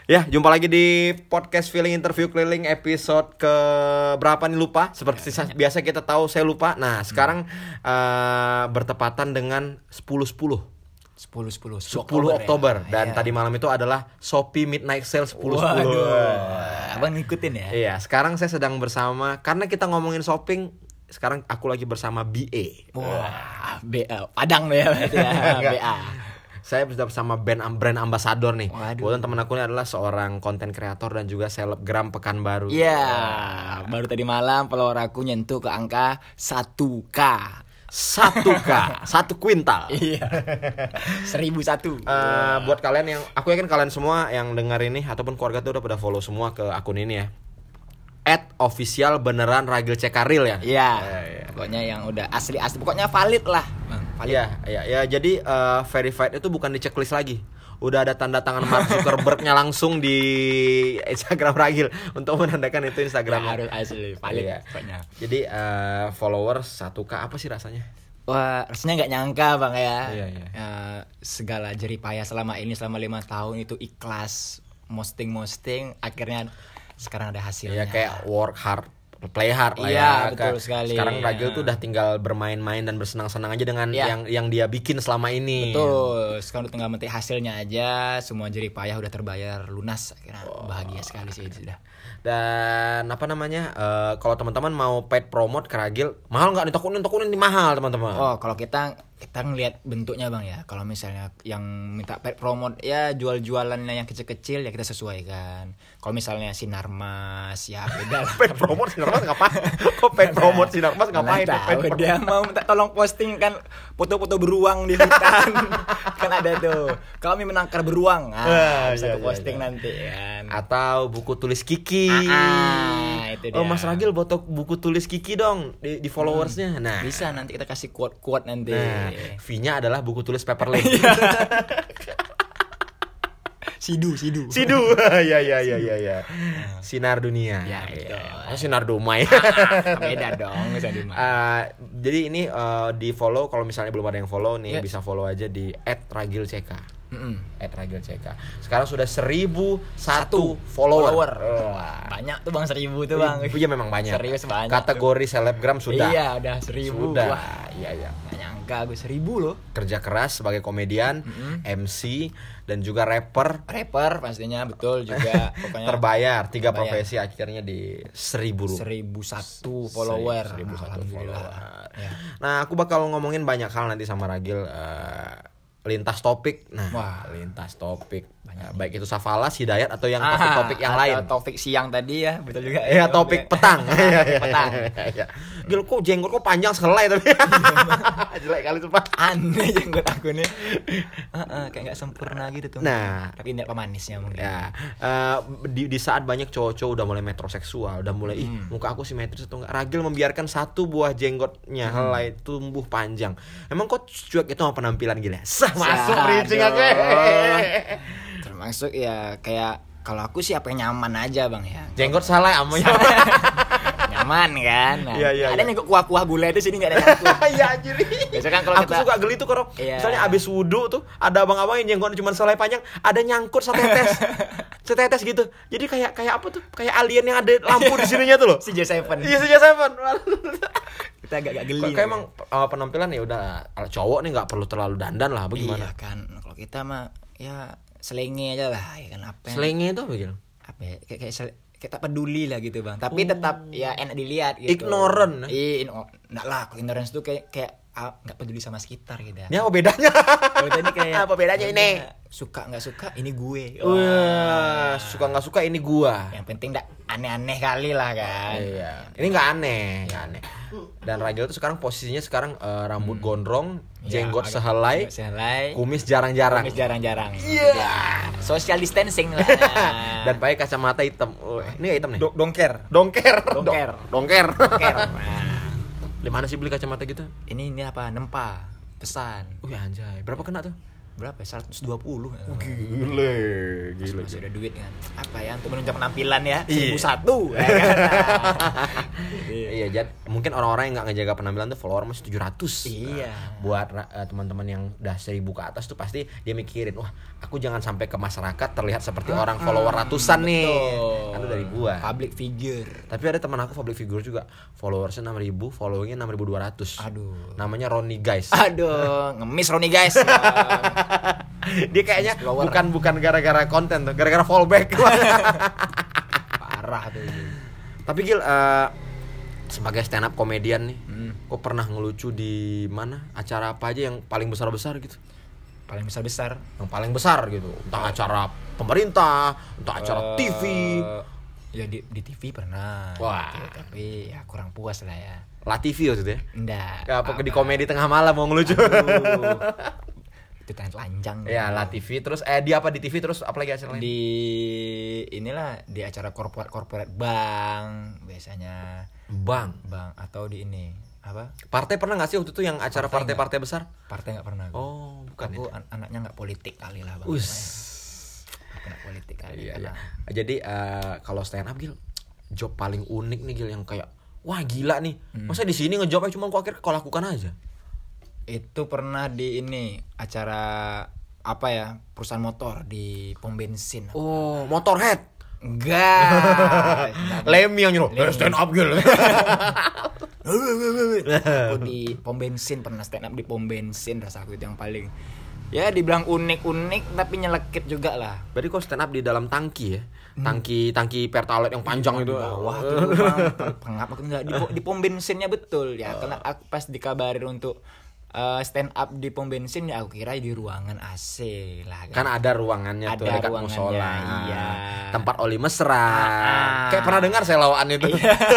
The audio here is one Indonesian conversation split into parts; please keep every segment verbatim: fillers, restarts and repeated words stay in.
Ya, jumpa lagi di podcast Feeling Interview Keliling episode ke berapa nih lupa. Seperti ya, biasa kita tahu saya lupa. Nah, sekarang hmm. uh, bertepatan dengan sepuluh sepuluh sepuluh sepuluh sepuluh Oktober ya. Dan ya. tadi malam itu adalah Shopee Midnight Sale sepuluh sepuluh. Abang ngikutin ya? Iya, sekarang saya sedang bersama, karena kita ngomongin shopping, sekarang aku lagi bersama B A. Wah, B A Padang ya, ya B A. Saya sudah bersama brand, brand ambassador nih. Waduh. Kebetulan teman aku ini adalah seorang konten kreator dan juga selebgram Pekanbaru. Iya, wow. Baru tadi malam follower aku nyentuh ke angka satu K. satu K, satu kuintal. Iya. seribu satu. Uh, buat kalian yang, aku yakin kalian semua yang dengar ini ataupun keluarga tuh udah pada follow semua ke akun ini ya. At official beneran Ragil Cekaril ya. Iya. Ya, ya. Pokoknya yang udah asli-asli, pokoknya valid lah. Valid. Iya, iya, ya. Jadi uh, verified itu bukan di checklist lagi. Udah ada tanda tangan Mark Zuckerberg-nya langsung di Instagram Ragil untuk menandakan itu Instagram. Ya, harus asli, valid iya. Pokoknya. Jadi uh, followers satu K apa sih rasanya? Wah, rasanya nggak nyangka bang ya. Iya, iya. Uh, segala jeripaya selama ini selama lima tahun itu ikhlas posting-posting, akhirnya sekarang ada hasilnya. Ya kayak work hard, play hard lah iya, ya. Betul sekali. Sekarang Ragil tuh udah tinggal bermain-main dan bersenang-senang aja dengan ya. yang yang dia bikin selama ini. Betul. Sekarang udah tinggal metik hasilnya aja, semua jerih payah udah terbayar lunas. Akhirnya oh. bahagia sekali sih sudah. Dan apa namanya? Uh, kalau teman-teman mau paid promote ke Ragil, mahal nggak? Ditakutin, takutin ini mahal teman-teman. Oh, kalau kita kita ngelihat bentuknya bang ya. Kalau misalnya yang minta paid promote ya jual-jualannya yang kecil-kecil ya kita sesuaikan. Kalau misalnya Sinarmas ya beda lah. Paid promote Sinarmas ngapain? Kok paid promote Sinarmas ngapain? Tahu dia mau minta tolong posting kan foto-foto beruang di hutan. Kan ada tuh. Kami menangkar beruang. Ah, uh, bisa iya, posting iya, nanti kan. Atau buku tulis Kiki. Ah, itu dia. Oh, Mas Ragil botok buku tulis Kiki dong di, di followersnya. Nah, bisa nanti kita kasih quote-quote nanti. Nah, fee-nya adalah buku tulis Paperlink. Sidu, Sidu. Sidu. Ya ya ya ya ya. Sinar dunia. Ya, betul. Oh, Sinar Dumai. Ah, beda dong, Sinar Dumai. Uh, jadi ini uh, di-follow, kalau misalnya belum ada yang follow nih, yes. bisa follow aja di at ragil c k. Mm-hmm. at ragil c k. Sekarang sudah seribu satu follower. follower. Oh. Banyak tuh Bang, seribu tuh Bang. Iya memang banyak. Serius banyak. Kategori selebgram sudah. Iya, udah seribu. Sudah. Wah, iya iya. Nyangka gue seribu loh. Kerja keras sebagai komedian, mm-hmm. M C dan juga rapper. Rapper pastinya betul juga. Pokoknya terbayar. Tiga terbayar. Profesi akhirnya di seribu. Seribu satu follower. Seribu satu follower. Ya. Nah, aku bakal ngomongin banyak hal nanti sama Ragil. Uh, lintas topik. Nah, wah, lintas topik. Banyak. Baik itu Safala, Hidayat atau yang topik-topik yang lain. Topik siang tadi ya, betul juga. Iya, topik petang. petang. Gil, kok jenggot kok panjang selai tapi. Jelek kali sumpah. Aneh jenggot aku nih. Heeh, kayak enggak sempurna gitu tuh. Nah, tapi enggak pemanisnya mungkin. Ya. Uh, di, di saat banyak cowok-cowok udah mulai metroseksual, udah mulai hmm. ih, muka aku simetris atau enggak. Ragil membiarkan satu buah jenggotnya hmm. helai tumbuh panjang. Emang kok cuek itu sama penampilan gila? Masuk reaching aku. Termasuk ya kayak kalau aku sih apa yang nyaman aja bang ya. Jenggot salah amonya. Nyaman kan. Nah, iya, iya, ada iya. nih kuah-kuah gula itu sini enggak ada nyangkut. Iya anjir. Biasanya kan kalau aku kita suka geli tuh kalau iya. misalnya abis wudu tuh ada abang-abang yang jenggotnya cuma selai panjang, ada nyangkut setetes. Setetes gitu. Jadi kayak kayak apa tuh? Kayak alien yang ada lampu di sininya tuh loh. Si J tujuh. Iya, si J tujuh. Kita agak-agak geli. Kayak emang uh, penampilan ya udah cowok nih enggak perlu terlalu dandan lah, bagaimana? Iya kan. Kalau kita mah ya selenge aja lah, ya kan apa? Selenge itu apa gitu? Apa ya? Kayak kayak sel- kita peduli lah gitu bang, tapi oh. tetap ya enak dilihat gitu. Ignorant. Iya, enggak lah, ignorance tuh kayak kayak nggak peduli sama sekitar gitu. Ini apa bedanya? Kalau tadi kayak apa bedanya ini? Suka nggak suka ini gue. Wah, suka nggak suka ini gua. Yang penting nggak aneh-aneh kali lah kan. Iya. Ini nggak aneh, nggak aneh. Dan Ragil tuh sekarang posisinya sekarang uh, rambut hmm. gondrong, jenggot ya, sehelai, sehelai, kumis jarang-jarang. Kumis jarang-jarang. Iya. Yeah. Social distancing lah. Dan pakai kacamata hitam. Oh, ini hitam nih. Do- dongker. Dongker. Dongker. Dongker. Dongker. Di mana sih beli kacamata gitu? Ini ini apa? Nempa. Pesan. Wih anjay. Berapa kena tuh? berapa ya? seratus dua puluh. Gile, gile. Masih ada duit kan. Apa ya untuk menunjang penampilan ya? Iya. seribu satu ya kan. Iya, Jad. Mungkin orang-orang yang nggak ngejaga penampilan tuh follower masih tujuh ratus. Iya. Buat uh, teman-teman yang udah seribu ke atas tuh pasti dia mikirin, wah, aku jangan sampai ke masyarakat terlihat seperti Hmm, orang follower ratusan nih. betul. Kan udah ribuan. Public figure. Tapi ada teman aku public figure juga, followersnya enam ribu, followingnya enam ribu dua ratus. Aduh. Namanya Ronnie guys. Aduh, ngemis Roni guys. Dia kayaknya Follower. bukan bukan gara-gara konten tuh, gara-gara fallback. Parah tuh. Tapi Gil, uh, sebagai stand up komedian nih, Hmm. kok pernah ngelucu di mana? Acara apa aja yang paling besar-besar gitu? Paling besar-besar. Yang paling besar gitu. Entah acara pemerintah, entah acara T V. Eh, ya di di T V pernah. Wah. Gitu, tapi ya kurang puas lah ya. La T V maksudnya. Enggak. Ya, apa di komedi tengah malam mau ngelucu. Aduh. Itu tanya telanjang. Ya, La T V terus eh di apa di T V terus apa lagi acaranya? Di inilah di acara korporat korporat bank biasanya. Bang. Bank atau di ini apa? Partai pernah nggak sih waktu itu yang acara Partai partai-partai besar? Partai nggak pernah. Aku. Oh, bukan Aku ya. an- anaknya nggak politik kali lah bang. Us. Aku nggak politik kali. Iya, iya. karena- Jadi eh, kalau stand up Gil, job paling unik nih Gil yang kayak wah gila nih. Masa di sini ngejobnya cuma kok akhirnya kau lakukan aja. Itu pernah di ini acara apa ya perusahaan motor di pom bensin. Oh, Motorhead. Enggak. Lemmy yang nyuruh. Lemmy. "Eh, stand up Gil." Aku di pom bensin pernah stand up di pom bensin, rasa aku itu yang paling ya dibilang unik-unik tapi nyelekit juga lah. Berarti kau stand up di dalam tangki ya? Tangki tangki Pertalite yang panjang itu. Wah tuh bang, pengap aku enggak di, po- di pom bensinnya betul ya. Karena aku pas dikabarin untuk eh, stand up di pom bensin ya aku kira di ruangan A C lah Kan ada ruangannya tuh Ada dekat ruangannya, musola. iya. Tempat Oli mesra. Ah. Kayak pernah dengar saya lawaan itu.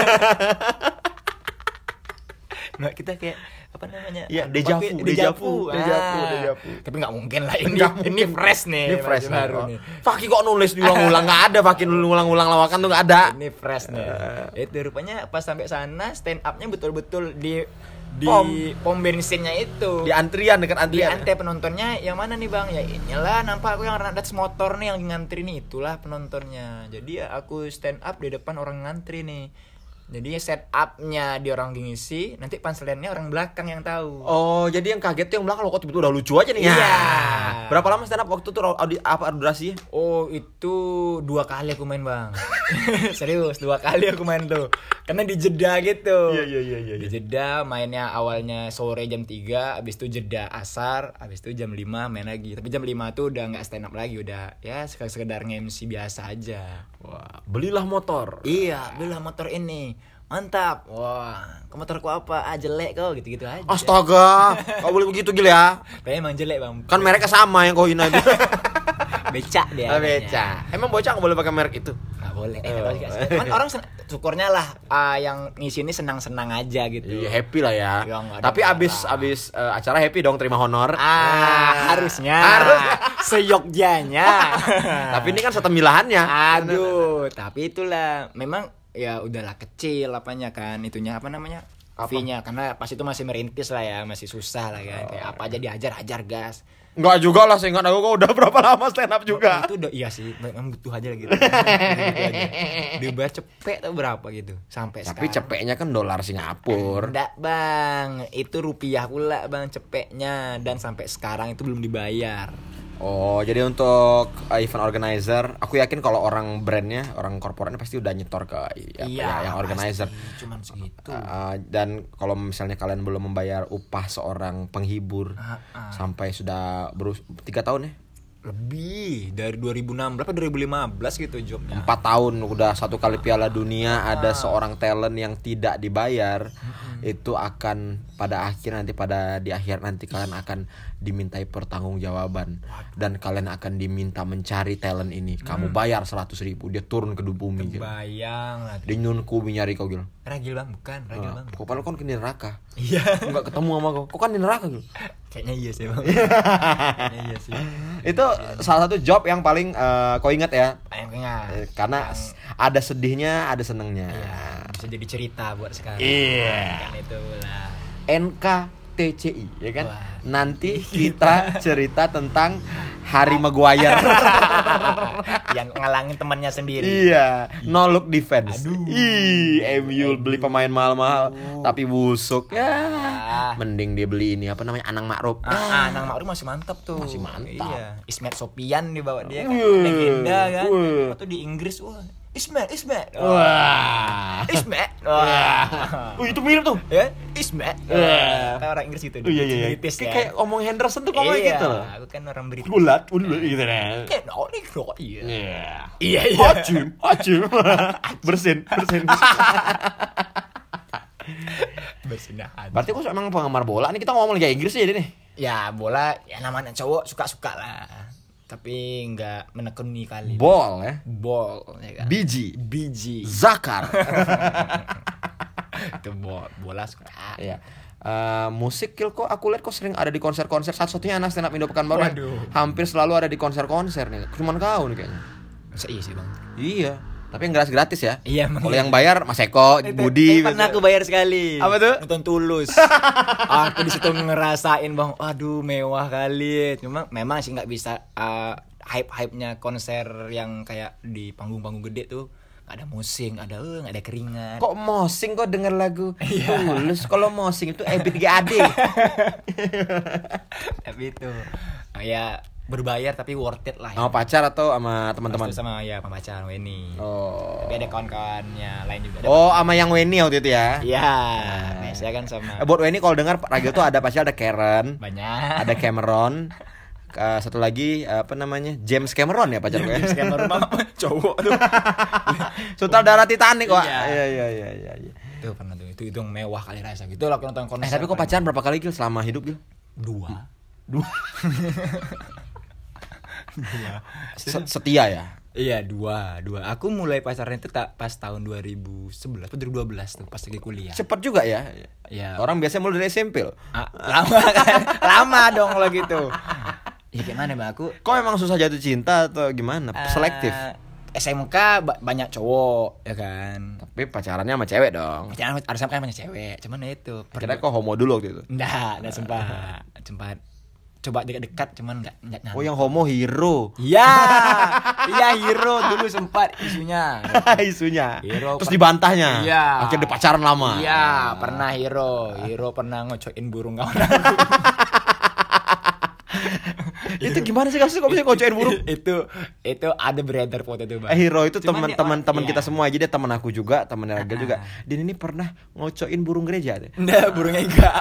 Nah kita kayak apa namanya? Iya, Apa- deja vu, apa- deja vu, Ah. deja vu, deja vu. Tapi nggak mungkin lah ini. Nggak Ini mungkin. fresh nih. Ini fresh masih nih. baru Oh. nih. Faki kok nulis diulang-ulang nggak ada, Faki ulang-ulang lawakan tuh nggak ada. Ini fresh nih. Itu rupanya pas sampai sana stand up-nya betul-betul di di Pom. pom bensinnya itu. Di antrian dekat Di antrian. ante penontonnya yang mana nih bang? Ya inilah nampak aku yang atas motor nih yang ngantri nih, itulah penontonnya. Jadi ya aku stand up di depan orang ngantri nih. Jadi set up-nya di orang ngisi, nanti punchline-nya orang belakang yang tahu. Oh, jadi yang kaget tuh yang belakang lo kok tiba-tiba udah lucu aja nih. Iya. Ya. Berapa lama stand up waktu itu audi, apa durasinya? Oh itu dua kali aku main bang. Serius dua kali aku main tuh. Karena di jeda gitu. Iya, iya, iya, iya. Di jeda mainnya awalnya sore jam tiga, abis itu jeda asar, abis itu jam lima main lagi. Tapi jam lima tuh udah gak stand up lagi, udah ya sekedar nge-M C biasa aja. Wah, belilah motor. Iya, belilah motor ini. Mantap. Wah, ke motorku apa? Ah jelek kau gitu-gitu aja. Astaga, kau boleh begitu Gil ya? Tapi emang jelek bang. Kan mereknya sama yang kau hina itu. Becak dia. Ah, namanya. beca. Emang bocah nggak boleh pakai merek itu? Nggak boleh. Eh, Oh. kalau juga- cuman orang sen- syukurnya lah ah, yang ngisi ini senang-senang aja gitu. Iya, happy lah ya. Ya, nggak ada Tapi abis masalah. abis eh, acara happy dong terima honor. Ah, harusnya. Harusnya. Seyogjanya. Tapi ini kan setemilahannya. Aduh, tapi itulah memang ya udahlah kecil apanya kan itunya apa namanya? Apa? Fee-nya karena pas itu masih merintis lah ya, masih susah lah kan. Kayak apa aja diajar, hajar gas. Enggak juga lah, seingat aku kau udah berapa lama stand up juga. Itu udah iya sih, memang butuh aja gitu. Butuh aja. Dibayar cepet tuh berapa gitu sampai Tapi sekarang. cepeknya kan dolar Singapura. Enggak bang, itu rupiah pula bang cepeknya dan sampai sekarang itu belum dibayar. Oh, jadi untuk uh, event organizer, aku yakin kalau orang brandnya, orang korporatnya pasti udah nyetor ke ya, ya, yang organizer. pasti, cuman segitu. Uh, dan kalau misalnya kalian belum membayar upah seorang penghibur Ah, ah. sampai sudah berus tiga tahun ya, Lebih dari dua ribu enam belas apa dua ribu lima belas gitu jobnya. empat tahun udah satu kali Piala Dunia ada seorang talent yang tidak dibayar, itu akan pada akhir nanti pada di akhir nanti kalian akan dimintai pertanggungjawaban dan kalian akan diminta mencari talent ini. Kamu bayar seratus ribu, dia turun ke bumi gitu. Bayang lah. Dia nyunku nyari kau gitu. Ragil bang, bukan ragil bang. Kok padahal kan di neraka. Iya. Enggak ketemu sama kau. Kok kan di neraka gitu. Kayaknya iya sih bang. Kayaknya iya sih. Itu salah satu job yang paling eh, kau ingat ya. Kayaknya. Eh, Karena s- ada sedihnya, ada senengnya. Iya, bisa jadi cerita buat sekarang. Iya. Kan itu lah. N K T C I ya kan. Wah. Nanti kita cerita tentang Harry Maguire. Yang ngalangin temannya sendiri. Iya, no look defense. Aduh. Ih, M U beli pemain mahal-mahal Aduh. tapi busuk. Ya. Ah. Mending dia beli ini apa namanya? Anang Ma'ruf. Ah, Anang Ma'ruf masih mantap tuh. Masih mantap. Iya. Ismet Sopian dibawa dia kan. Wih. Legenda kan. Wih. Waktu di Inggris wah. Ismet, Ismet. Wah. Ismet. Wah. Oh, itu mirip tuh. Ya, Ismet. Wah. Kayak orang Inggris itu. Oh, iya iya. British Kayak, kan. kayak omong Henderson tuh ngomong Iya, gitu loh. aku kan orang British. Bulat, bulat gitu deh. Kayak no, nih, no, iya. Iya. Iya, iya. Acim, acim. Bersin, bersin. Bersinahan. Berarti kok emang penggemar bola nih, kita ngomong Liga Inggris aja deh nih. Ya, bola ya namanya cowok suka-suka lah. Tapi nggak menekuni kali. Ball ya. Ball ya kan. Biji, Biji. Zakar. Itu bol, bola suka. Iya. Eh, musik Gil, kok aku lihat kok sering ada di konser-konser. Satu-satunya anak stand up Indo Pekanbaru yang Waduh. hampir selalu ada di konser-konser nih. Cuman kau nih kayaknya. Masa iya sih, Bang? Iya. Tapi yang gratis-gratis ya. Iya, emang Kalau iya. yang bayar Mas Eko, Budi. Eh, pernah aku bayar sekali. Apa tuh? Nonton Tulus. Aku di situ ngerasain, Bang. Aduh, mewah kali. Cuma memang sih nggak bisa uh, hype-hype-nya konser yang kayak di panggung-panggung gede tuh. Nggak ada musik, nggak ada eh, nggak ada keringat. Kok mosing kok denger lagu Iya. Tulus? Kalau mosing itu Ebit G A D. Tapi itu uh, ya berbayar tapi worth it lah. Sama pacar atau sama teman-teman? Terus sama ya pembaca Weni. Oh. Tapi ada kawan-kawannya lain juga. Ada Oh, sama yang Weni waktu itu ya. iya, biasanya kan sama Eh, buat Weni kalau dengar Ragil tuh ada pasti ada Karen, banyak. ada Cameron, eh, satu lagi apa namanya? James Cameron ya pacar gue. James Cameron mah cowok tuh. Sutradara Titanic, Wak. Iya. Iya iya iya iya. iya. Itu pernah tuh. Itu itu mewah kali rasa gitu lah kalau nonton konser. Eh, tapi kok pacaran berapa kali Gil selama hidup Gil? Dua. Dua. Se- Setia ya. Iya, dua, dua. Aku mulai pacaran itu tak pas tahun dua ribu sebelas atau dua ribu dua belas tuh pas lagi kuliah. Cepet juga ya. Iya. Orang biasanya mulai dari S M P loh. Ah, lama kan? Lama dong kalau gitu. Ya gimana, Bang? Aku Kok emang susah jatuh cinta atau gimana? Selektif. eh, S M K ba- banyak cowok ya kan. Tapi pacarannya sama cewek dong. Jangan harus sampai banyak cewek. Cuman ya itu. Kira kok homo dulu waktu itu. Enggak, enggak sempat. Sempat coba dekat-dekat cuman enggak enggak Oh, yang homo hero. Iya. Iya, hero dulu sempat isunya. Isunya. Hero Terus per- dibantahnya. Iya. Akhirnya pacaran lama. Iya, pernah hero. Hero pernah ngocokin burung kawan aku. Itu gimana sih kasusnya kok bisa ngocokin burung? itu itu ada beredar foto itu, Bang. Eh, Hero itu Cuman dia teman-teman orang- teman iya. kita semua aja, dia teman aku juga, teman Ragil Ah. juga. Dia ini pernah ngocokin burung gereja deh. Enggak, burungnya enggak.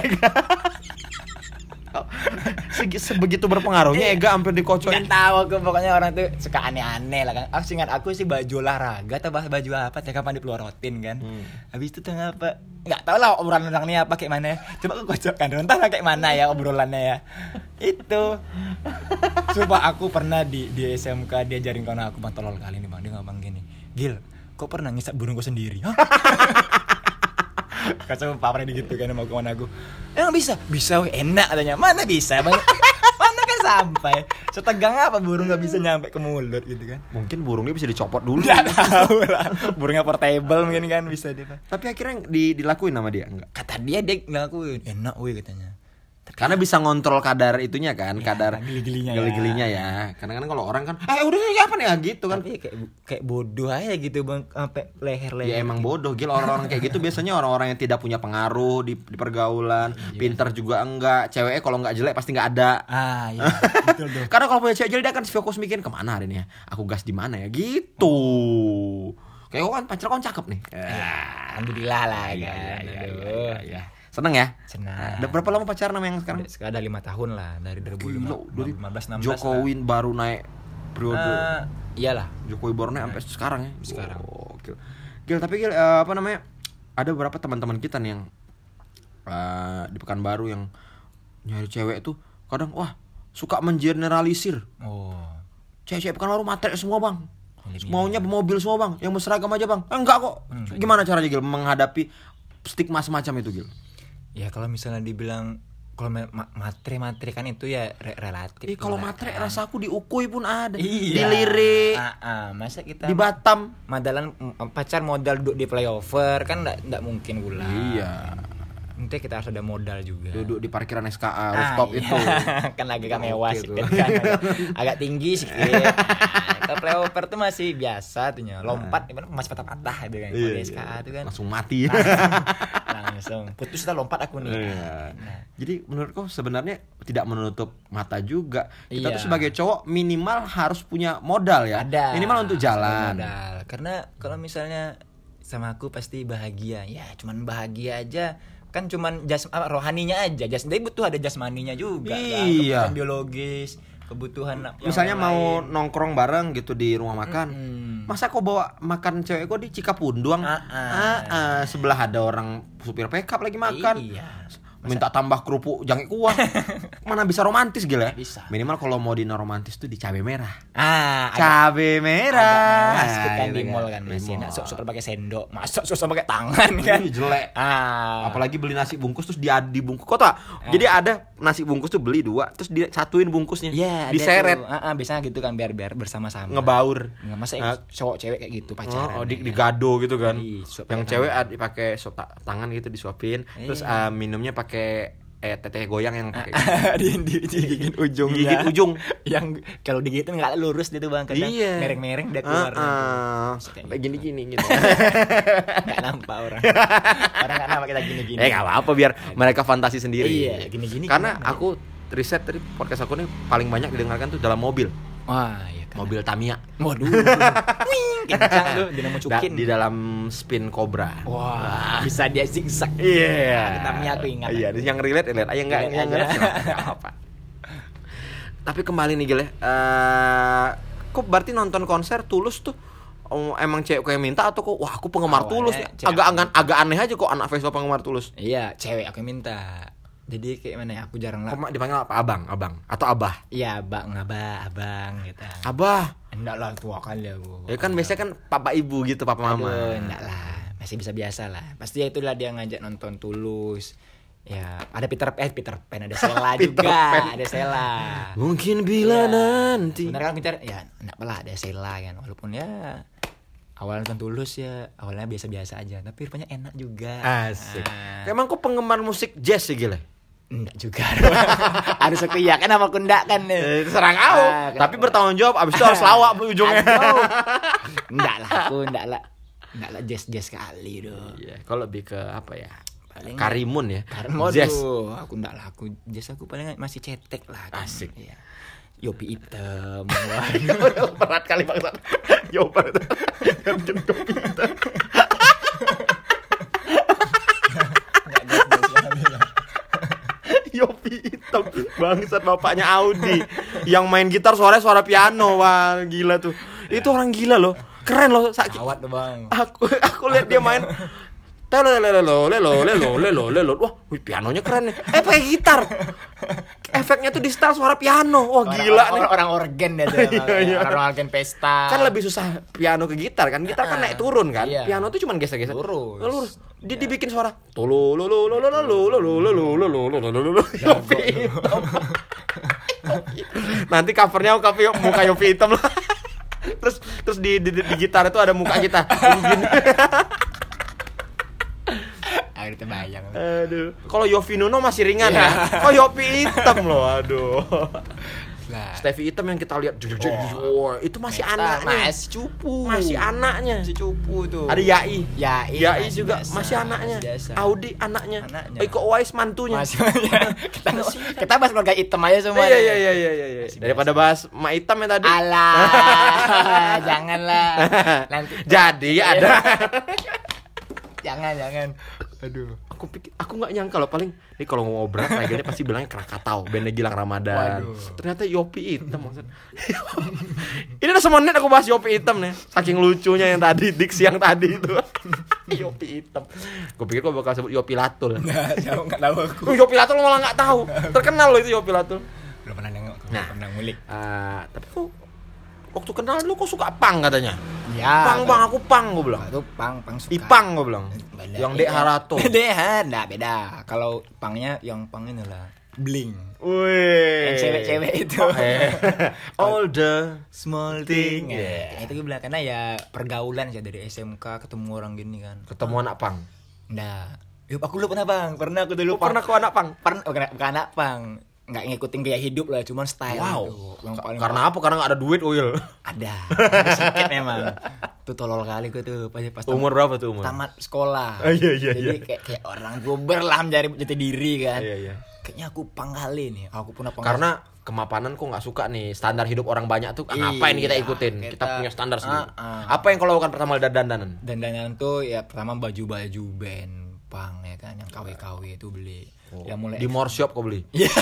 Segi- Sebegitu berpengaruhnya Ega hampir dikocokin. Enggak tahu aku, pokoknya orang tuh suka aneh-aneh lah kan. Aku sih ingat aku sih baju olahraga atau bah- baju apa teh kapan dipelorotin kan. Hmm. Habis itu tuh ngapa? Enggak tahu lah obrolan orang ini apa kayak mana. Coba aku kocokkan entah lah kayak mana ya obrolannya ya. Itu. Coba aku pernah di di S M K diajarin kawan aku bang tolol kali nih Bang. Dia ngomong gini. Gil, kok pernah ngisap burungku sendiri? Hah? Kacau papa gitu kan sama kawan aku. Emang bisa? Bisa, weh, enak katanya. Mana bisa? Bang? Mana kan sampai? Setegang apa burung nggak bisa nyampe ke mulut gitu kan? Mungkin burungnya bisa dicopot dulu. Nggak tahu lah. Burungnya portable mungkin kan bisa dia. Pak. Tapi akhirnya di, dilakuin sama dia enggak? Kata dia dia ngelakuin enak weh katanya. Karena bisa ngontrol kadar itunya kan, Ya, kadar geli-gelinya ya. geli-gelinya ya. Kadang-kadang kalau orang kan, eh udah ya apa nih ya gitu kan. Tapi kayak kayak bodoh aja gitu Bang sampai leher-leher. Ya emang bodoh Gil, orang-orang kayak gitu biasanya orang-orang yang tidak punya pengaruh di, di pergaulan, pinter juga enggak, ceweknya kalau enggak jelek pasti enggak ada. Ah, iya. Betul tuh. Karena kalau punya cewek jelek dia akan fokus mikirin kemana hari ini ya, aku gas di mana ya gitu. Kayak oh, kan pacar kan cakep nih. Ya, alhamdulillah lah Iya, kan. iya, iya, Aduh. iya, iya. Seneng ya? Senang. Udah berapa lama pacaran sama yang sekarang? Sekarang ada lima tahun lah dari dua ribu Gila, dari lima belas enam belas. Jokowi baru naik periode. Uh, iyalah. Jokowi baru naik sampai sekarang ya. Sekarang. Oh, Gil. Gil, tapi Gil eh, apa namanya? Ada beberapa teman-teman kita nih yang eh, di Pekanbaru yang nyari cewek tuh kadang wah suka mengeneralisir. Oh. Cewek-cewek Pekanbaru matre semua, Bang. Ini Maunya mobil semua, Bang. Yang berseragam aja, Bang. Eh, enggak kok. Enggak. Gimana caranya Gil menghadapi stigma semacam itu, Gil? Ya kalau misalnya dibilang kalau ma- matre-matre kan itu ya re- relatif. Eh, kalau lah, matre kan. rasa aku di Ukui pun ada. Iya. Dilirik. Ah, ah. Masa kita Di Batam. modalan mm, pacar modal duduk di playover kan enggak enggak mungkin pula. Iya. Nanti kita harus ada modal juga. Duduk di parkiran S K A Ah, rooftop iya. itu. Kan agak mewah Oke sih tuh. kan. Agak, agak tinggi sih. Nah, kalau flyover tuh masih biasa tuh nya. Lompat masih patah-patah gitu kan. Kalau di S K A tuh kan Langsung mati. langsung putus kita lompat aku nih. Iya. Nah, Jadi menurutku sebenarnya tidak menutup mata juga. Kita Iya. tuh sebagai cowok minimal harus punya modal ya. ada Minimal untuk jalan. modal. Karena kalau misalnya sama aku pasti bahagia. Ya, cuman bahagia aja. Kan cuman jas apa, rohaninya aja. Jas dia butuh ada jasmaninya juga. kan? Iya. Kebutuhan biologis, kebutuhan yang Misalnya mau lain. nongkrong bareng gitu di rumah makan. Mm-mm. Masa kau bawa makan cewek kau di Cikapunduang? Ah, ah. Ah, ah. Sebelah ada orang supir pickup lagi makan. Iya. Minta tambah kerupuk jangan kuah. Mana bisa romantis gila ya? Bisa. Minimal kalau mau dino romantis tuh di cabe merah. Ah, agak- Cabe merah. agak mewah kan di gitu mall kan Di masih enak. mall. Sok-sok pakai sendok, masuk sok pakai tangan kan. Ih, jelek. Ah. Apalagi beli nasi bungkus terus dia dibungkus. Kok tau? Jadi ada nasi bungkus tuh beli dua terus disatuin bungkusnya. Iya, ada diseret. tuh. Ah, ah, biasanya gitu kan biar biar bersama-sama. Ngebaur. Nggak masa Ah. cowok cewek kayak gitu pacaran. Oh, oh, di, ya. digado gitu kan. Iya, suap Yang pakai cewek tangan. ada pakai sop ta- tangan gitu disuapin. Terus Iya. ah, minumnya pakai eh teteh goyang yang pakai di, di, digigit ujungnya. gigit ujung. Yang kalau digigitin nggak lurus gitu bang. Kadang Iya. mereng-mereng dia keluar. Ah, ah. Bisa kayak Kayak gini-gini gitu. Nggak nampak orang. Orang nggak nampak kita gini-gini. Eh nggak apa-apa biar mereka fantasi sendiri. Iya, gini-gini Karena gimana aku riset tadi podcast aku nih paling banyak didengarkan tuh dalam mobil. Wah, iya kan. Mobil Tamiya. Waduh. Wing, kencang tuh dinamo Da- cukin. di dalam spin Cobra. Wah, bisa dia zigzag. Iya. Tamiya aku ingat. Iya, yang relate relate. Ayo enggak Relate yang aja. relate enggak apa. Tapi kembali nih Gil ya. Eh, kok berarti nonton konser Tulus tuh oh, emang cewek yang minta atau kok wah aku penggemar Awalnya Tulus. cewek. Agak agak agak aneh aja kok anak Vespa penggemar Tulus. Iya, cewek aku yang minta. Jadi kayak mana ya? Aku jarang lah. Kok dipanggil apa? Abang, abang atau abah? Iya, bang, abah, abang gitu. Abah. Enggak lah, tua kali aku. Ya kan biasanya kan papa ibu gitu, papa mama. Aduh, enggak lah. Masih bisa biasa lah. Pasti ya itulah dia ngajak nonton Tulus. Ya, ada Peter Pan, eh, Peter Pan ada Sheila Peter juga, Pan. ada Sheila. Mungkin bila Iya. nanti. Sebenarnya kan Peter ya enggak lah ada Sheila kan. Walaupun ya awal nonton Tulus ya awalnya biasa-biasa aja, tapi rupanya enak juga. Asik. Ah. Emang kok penggemar musik jazz sih Gil? Enggak juga. Harus aku iya kan apa aku enggak kan. Eh, serang aku. Ah, Tapi kenapa? bertanggung jawab abis itu harus lawak ujungnya. Aduh. Enggak lah aku enggak lah. Enggak lah jazz-jazz kali dong. Iya, kalau lebih ke apa ya? Paling Karimun ya. Karena Jazz. aku enggak lah aku jazz aku paling masih cetek lah kan. Asik. Iya. Yopi hitam. Berat kali bangsat. Yo berat. Yopi hitam bangsat bapaknya Audi yang main gitar suaranya suara piano. Wah gila tuh. Itu orang gila loh. Keren loh sakit. Awat tuh bang. Aku aku lihat dia main Lelo lelo lelo lelo lelo lelo. Wah, wih, pianonya keren nih. Eh pakai gitar. Efeknya tuh di setel suara piano. Wah, gila nih. Orang, orang organ deh tuh. Iya, iya. Orang organ pesta. Kan lebih susah piano ke gitar kan. Gitar kan naik turun kan. Iya. Piano tuh cuma geser-geser. Lurus. Lurus. Dia dibikin suara. Tolo lo lo lo lo lo lo lo lo lo lo lo lo lo lo lo. Yopi hitam. Nanti covernya cover muka Yopi hitam lah. Terus terus di di, di gitar itu ada muka kita. Gini. Akhirnya terbayang. Aduh. Kalau Yofi Nuno masih ringan ya. Kok Yopi hitam loh. Aduh. Lah. Stevie hitam yang kita lihat jujur Oh. itu masih Meta, anaknya. masih cupu. Masih anaknya. Masih cupu tuh. Ada Yai. Yai, Yai masih juga biasa, masih anaknya. masih biasa. Audi anaknya. Anaknya. Iko Uwais mantunya. Masih kita kita bahas keluarga hitam aja semua. Iya deh. iya iya iya iya. Masih Daripada bahas mak hitam yang tadi. Alah, janganlah. Nanti Jadi ada. jangan jangan. Aduh. Aku pikir aku nggak nyangka loh paling ini kalau ngomong berat lagi dia pasti bilangnya Krakatau, bandnya Gilang Ramadan. Waduh. Ternyata Yopi hitam maksud. Ini udah semenit aku bahas Yopi hitam nih. Saking lucunya yang tadi diksi yang tadi itu. Yopi hitam. Gue pikir gue bakal sebut Yopi Latul. Enggak, jauh enggak tahu aku. Oh, Yopi Latul malah nggak tahu. Terkenal loh itu Yopi Latul. Belum pernah nengok, belum Nah. pernah ngulik. Ah, tapi kok waktu kenal lu kok suka pang katanya? Ya. Pang bang aku pang gue bilang. Itu pang pang suka. Ipang gue bilang. Beda. Yang Dek Harato. Beda, enggak beda. Kalau pangnya yang pang ini lah. Bling. Wih. Yang cewek-cewek itu. Eh. All the Small thing. thing. Ya. Itu gue bilang karena ya pergaulan sih dari S M K ketemu orang gini kan. ketemu anak pang. Nah, Yup, aku dulu pernah bang, pernah aku dulu Lu pernah ke anak pang? pernah bukan, bukan anak pang, nggak ngikutin gaya hidup lah, cuman style Wow. tuh. Yang paling Karena apa? Karena nggak ada duit, Will. ada, ada sedikit memang. Tuh tolol kali gue tuh pas pas tamat- Umur berapa tuh umur? tamat sekolah. Oh, iya, iya, Jadi iya. kayak kayak orang puber lah mencari jati diri kan. Iya, iya. Kayaknya aku pang kali nih, aku pernah pang. Karena kemapanan kok nggak suka nih standar hidup orang banyak tuh. Iya, Ngapain kita ikutin? Kita, kita- punya standar sendiri. Ah, ah. Apa yang kau lakukan pertama kali dandanan? dandanan tuh ya pertama baju-baju band pang ya kan, yang K W K W itu beli. Yang mulai Di More Shop kau beli? Iya.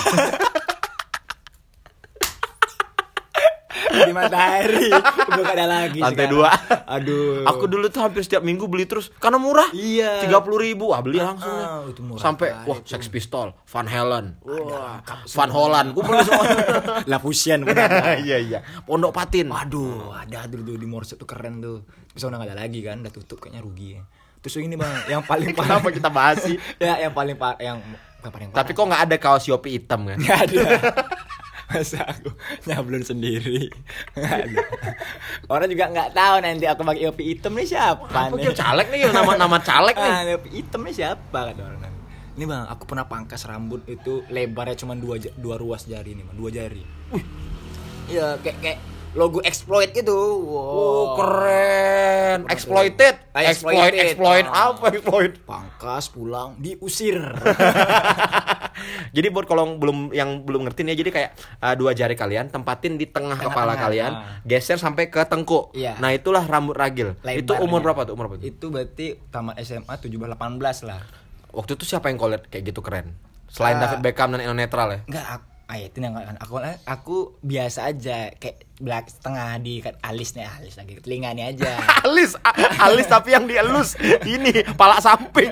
Di Matahari udah gak ada lagi Lantai sekarang. dua. Aduh. Aku dulu tuh hampir setiap minggu beli terus karena murah. Iya. tiga puluh ribu. Ah, beli langsung. Ah, itu murah Sampai kali wah itu. Sex Pistol, Van Halen, wah, Van Holland. Gue beli semua. La Fusion benar. Iya iya. Pondok Patin. Waduh, ada dulu tuh di Morse tuh keren tuh. Bisa udah gak ada lagi kan, udah tutup kayaknya rugi ya. Terus ini bang, yang paling parah. Kenapa kita bahas sih? Ya, yang paling parah, yang bukan paling parah. Tapi kok nggak ada kaos Shopee hitam kan? Nggak ada. Masa aku nyablon sendiri. Nggak ada. Orang juga nggak tahu nanti aku pakai Yopi hitam nih siapa Apa nih. kira caleg nih, nama-nama caleg nih. Ah, Yopi hitam nih siapa kata orang nanti. Ini bang, aku pernah pangkas rambut itu lebarnya cuma dua ja- dua ruas jari nih bang, dua jari. Wih, iya kayak kayak logo exploit gitu. Wow. Oh keren. Exploited. Ah, Exploit, exploited. exploit Ah. apa exploit? Pangkas pulang diusir. Jadi buat kalau belum yang belum ngerti nih, jadi kayak uh, dua jari kalian tempatin di tengah kepala Tengah-tengah, kalian, nah. geser sampai ke tengkuk. Iya. Nah itulah rambut ragil. Itu Lebarnya. umur berapa tuh? Umur berapa tuh? Itu berarti tamat S M A tujuh belas delapan belas lah. Waktu itu siapa yang kau lihat kayak gitu keren? Selain Ah. David Beckham dan Eno Netral ya? Enggak, aku, ah, ya, itu yang aku aku biasa aja kayak belak setengah di kan alis nih, alis lagi telinga nih aja. alis, a- alis tapi yang dielus ini pala samping.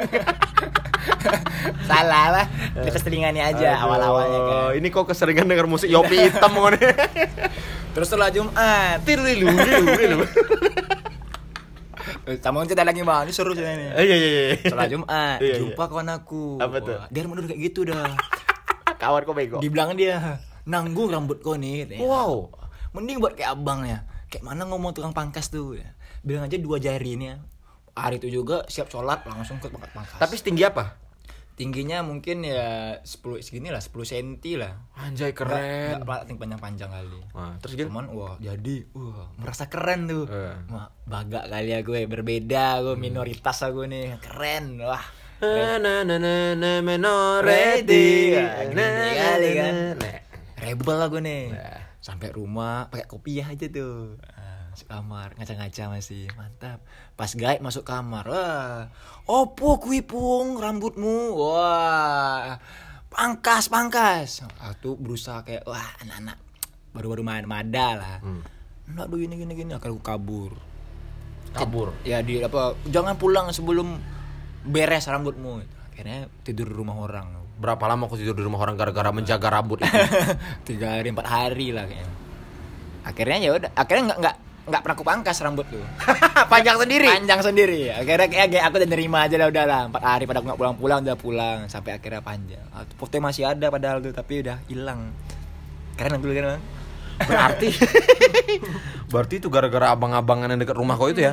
Salah lah, di atas telinga nih aja Aduh, awal-awalnya kan. Ini kok keseringan denger musik Yopi hitam ngene. Terus setelah Jumat, Tirilu, tirilu. sama cerita lagi bang, ini seru sih ini. Eh, Iya iya iya. Setelah Jumat, Iya, iya. jumpa kawan aku. Apa tuh? Wah, dia mundur kayak gitu dah. Kawan kok bego. Dibilang dia, nanggung rambut kau nih. katanya. Wow. Mending buat kayak abang ya. Kayak mana ngomong tukang pangkas tuh ya. Bilang aja dua jari nih ya. Hari itu juga siap sholat langsung ke pangkat pangkas. Tapi setinggi apa? Tingginya mungkin ya sepuluh segini lah, sepuluh senti lah. Anjay keren. Enggak pelating panjang-panjang kali. Wah, terus gitu. Cuman wah jadi wah merasa keren tuh. Eh. Wah, bagak kali ya gue, berbeda gue, minoritas aku nih. Keren. Wah. Na na na na na minority. Ready. Na, Gini na, kali na, kan. na. Rebel lah gue nih. Nah. Sampai rumah pakai kopiah aja tuh. Ah, masuk kamar, ngaca-ngaca masih. Mantap. Pas gaib masuk kamar. Wah. Opo kui pung rambutmu. Wah. Pangkas, pangkas. Aku berusaha kayak wah, anak-anak baru-baru main mada lah. Hmm. Enggak tuh gini gini gini, akhirnya aku kabur. Kabur. Ya di apa? Jangan pulang sebelum beres rambutmu. Akhirnya tidur di rumah orang. Berapa lama aku tidur di rumah orang gara-gara menjaga rambut itu? Tiga hari empat hari lah kayaknya. Akhirnya ya udah, akhirnya nggak nggak nggak pernah aku pangkas rambut tuh. Panjang sendiri. Panjang sendiri. Akhirnya kayak kayak aku udah nerima aja lah, udah lah. Empat hari pada aku nggak pulang-pulang udah pulang sampai akhirnya panjang. Ah, fotonya masih ada padahal tuh tapi udah hilang. Keren dulu kan bang. Berarti Berarti itu gara-gara abang-abangan yang dekat rumah kau itu ya?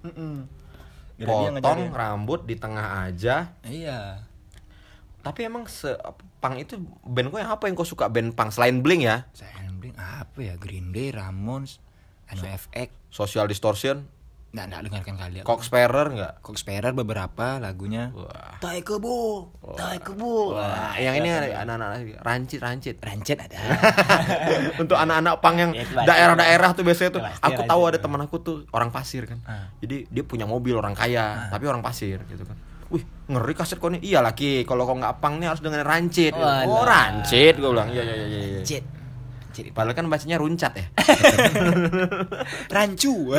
Potong rambut di tengah aja. Iya. Tapi emang se pang itu band kau yang apa yang kau suka, band pang selain Blink ya? Saya bling apa ya, Green Day, Ramones, N O F X. Social Distortion, Nggak nggak dengarkan kali. aku. Cocksparer enggak? Cocksparer beberapa lagunya. Wah. Tai kebo, tai kebo. Wah, yang ini anak-anak rancit-rancit. Rancet ada. Untuk anak-anak pang yang Ya, itu pasti. daerah-daerah tuh biasanya tuh. Itu pasti Aku rancit tahu ada tuh. teman aku tuh orang pasir kan. Ah. Jadi dia punya mobil orang kaya, tapi orang pasir gitu kan. Wih, ngeri kaset kau nih. Iya laki, kalau kau nggak pang nih harus dengan rancit. Walah. Oh, rancit gue bilang. Iya iya iya iya. Rancet. Rancet. Padahal kan bacanya runcat ya. Rancu.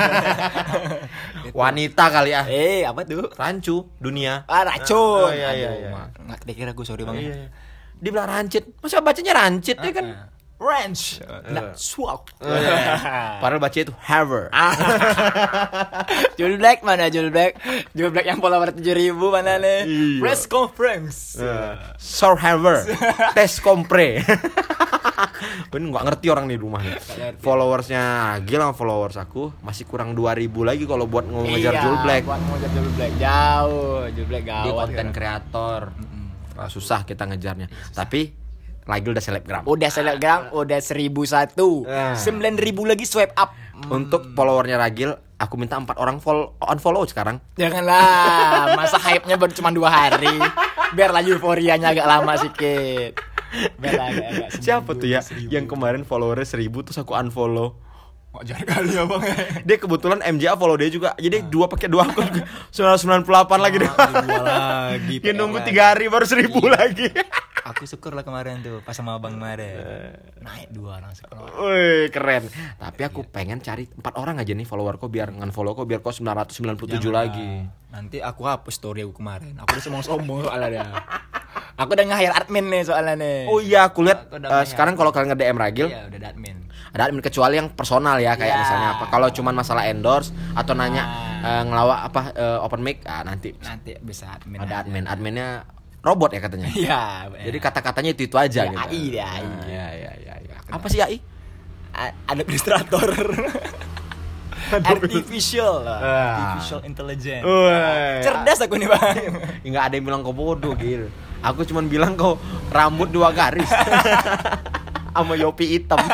Wanita kali ya. Eh, apa tuh? Rancu dunia. Ah, racun. Oh, iya, iya, Aduh, iya. Mak. Nggak kira gue, sorry banget. Iya, iya. Dia bilang rancit. Masa bacanya rancit ya kan? Ranch. Nah, swap. Padahal bacanya itu Harvard. Jul Black mana Jul Black? Jul Black yang follower tujuh ribu mana nih? Iya. Press conference. Sir Harvard. Tes kompre. Ini nggak ngerti orang di rumah nih. Followersnya Agil sama followers aku masih kurang dua ribu lagi kalau buat mau ngejar Iya, Jul Black. buat ngejar Jul Black jauh, Jul Black Dia gawat. konten kreator. Wah, susah kita ngejarnya. Tapi Lagil udah selebgram. Udah selebgram, udah seribu satu, Ah. sembilan ribu lagi swipe up. Untuk followernya Ragil, aku minta empat orang follow, unfollow sekarang. Janganlah, masa hype-nya baru cuma dua hari. Biarlah euforianya agak lama sedikit. Biarlah agak, agak seminggu, Siapa tuh ya seribu. yang kemarin followernya seribu terus aku unfollow. Wajar kali ya bang. Dia kebetulan M J A follow dia juga. Jadi dua pakai dua akun sembilan ratus sembilan puluh delapan lagi deh. Dua lagi. Dia nunggu tiga hari baru seribu lagi. Aku syukur lah kemarin tuh pas sama abang kemarin. Naik dua langsung. Wih keren. Tapi aku pengen cari empat orang aja nih followerku biar nge-follow kok biar kok sembilan ratus sembilan puluh tujuh lagi. Nanti aku hapus story aku kemarin. Aku udah sombong-sombong soalnya dia. Aku udah nge-hire admin nih soalnya nih. Oh iya aku lihat Aku udah eh, nge-hire. sekarang kalau kalian nge-D M Ragil Iya udah ada admin. ada admin kecuali yang personal ya kayak Iya. misalnya apa. Kalau cuman masalah endorse atau nanya Ah. eh, ngelawak apa eh, open mic ah, nanti Nanti bisa admin. ada admin. Adminnya robot ya katanya. Iya. Jadi kata-katanya itu itu aja Ya, gitu. A I dia, A I. Ah, iya iya iya. iya. Apa sih A I? A- ada Illustrator. Artificial lah. Ah. Artificial intelligence. Woi. Cerdas aku nih bang. Enggak ada yang bilang kau bodoh gitu. Aku cuman bilang kau rambut dua garis. Sama Yopi hitam.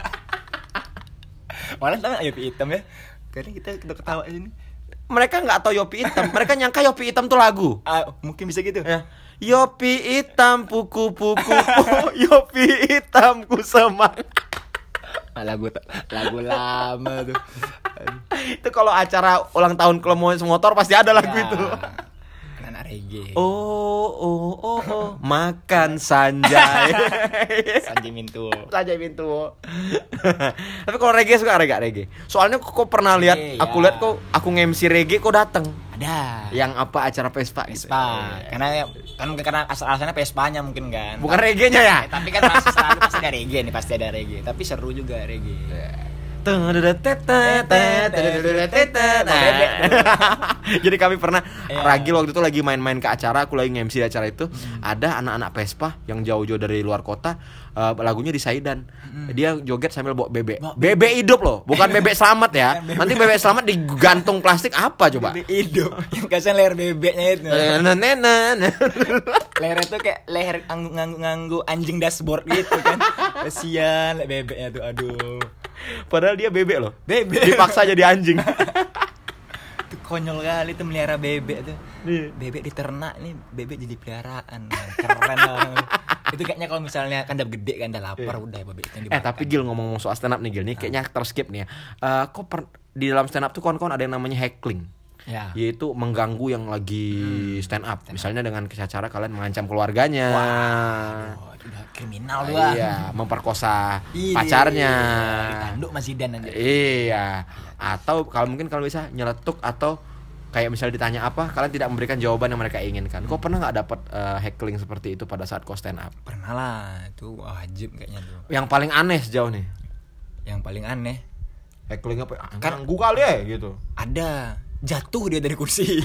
Malah tahu nggak Yopi hitam ya? Karena kita kita ketawa ini. Mereka nggak tahu Yopi hitam. Mereka nyangka Yopi hitam tuh lagu. Ah, mungkin bisa gitu. Ya. Yopi hitam puku-puku. Yopi hitam ku semangat. Ah, lagu lagu lama tuh. Itu kalau acara ulang tahun kalau mau motor pasti ada lagu Ya, itu. anak reggae. Oh oh oh oh makan Sanjay. Sanjay Mintu. Sanjay Pintu. Tapi kalau reggae suka reggae reggae. Soalnya kok, kok pernah lihat Reggae, aku ya. lihat kok aku nge-M C reggae kok datang. Ada. Yang apa acara Vespa gitu. Vespa. Karena kan karena asal-asalnya Vespanya mungkin kan. Bukan reggae-nya ya? Eh, tapi kan masih selalu pasti ada reggae nih, pasti ada reggae. Tapi seru juga reggae. Jadi kami pernah Iya. Ragil waktu itu lagi main-main ke acara, aku lagi nge-M C di acara itu. Ada anak-anak Vespa yang jauh-jauh dari luar kota, eh, lagunya di Saidan. Dia joget sambil bawa bebek. Bawa Bebek hidup loh, bukan bebek selamat ya. Nanti bebek selamat digantung plastik apa coba? Bebek hidup. Yang kasihan leher bebeknya itu. Leher itu kayak leher nganggu-nganggu anjing dashboard gitu kan. Kasihan le bebeknya tuh, aduh. Padahal dia bebek loh. Bebek. Dipaksa jadi anjing. Itu konyol kali tuh melihara bebek tuh. Iya. Bebek diternak nih, bebek jadi peliharaan. Keren banget. Itu kayaknya kalau misalnya kan udah gede kan udah lapar udah bebeknya Eh tapi Gil ngomong soal stand up nih Gil, nih kayaknya terskip nih ya. Eh, kok per- di dalam stand up tuh kawan-kawan ada yang namanya heckling. ya. Yaitu mengganggu yang lagi stand up. Misalnya dengan cara kalian mengancam keluarganya. Oh, itu udah kriminal tuh. ah. Iya, memperkosa Iya, pacarnya. Ditanduk masih dan aja. Iya. Atau kalau mungkin kalau bisa nyeletuk atau kayak misalnya ditanya apa, kalian tidak memberikan jawaban yang mereka inginkan. Kok pernah nggak dapat eh, heckling seperti itu pada saat kau stand up? Pernah lah, itu wajib kayaknya tuh. Yang paling aneh sejauh nih. Yang paling aneh Heckling apa? Kan- Kan ganggu kali ya gitu. ada jatuh dia dari kursi.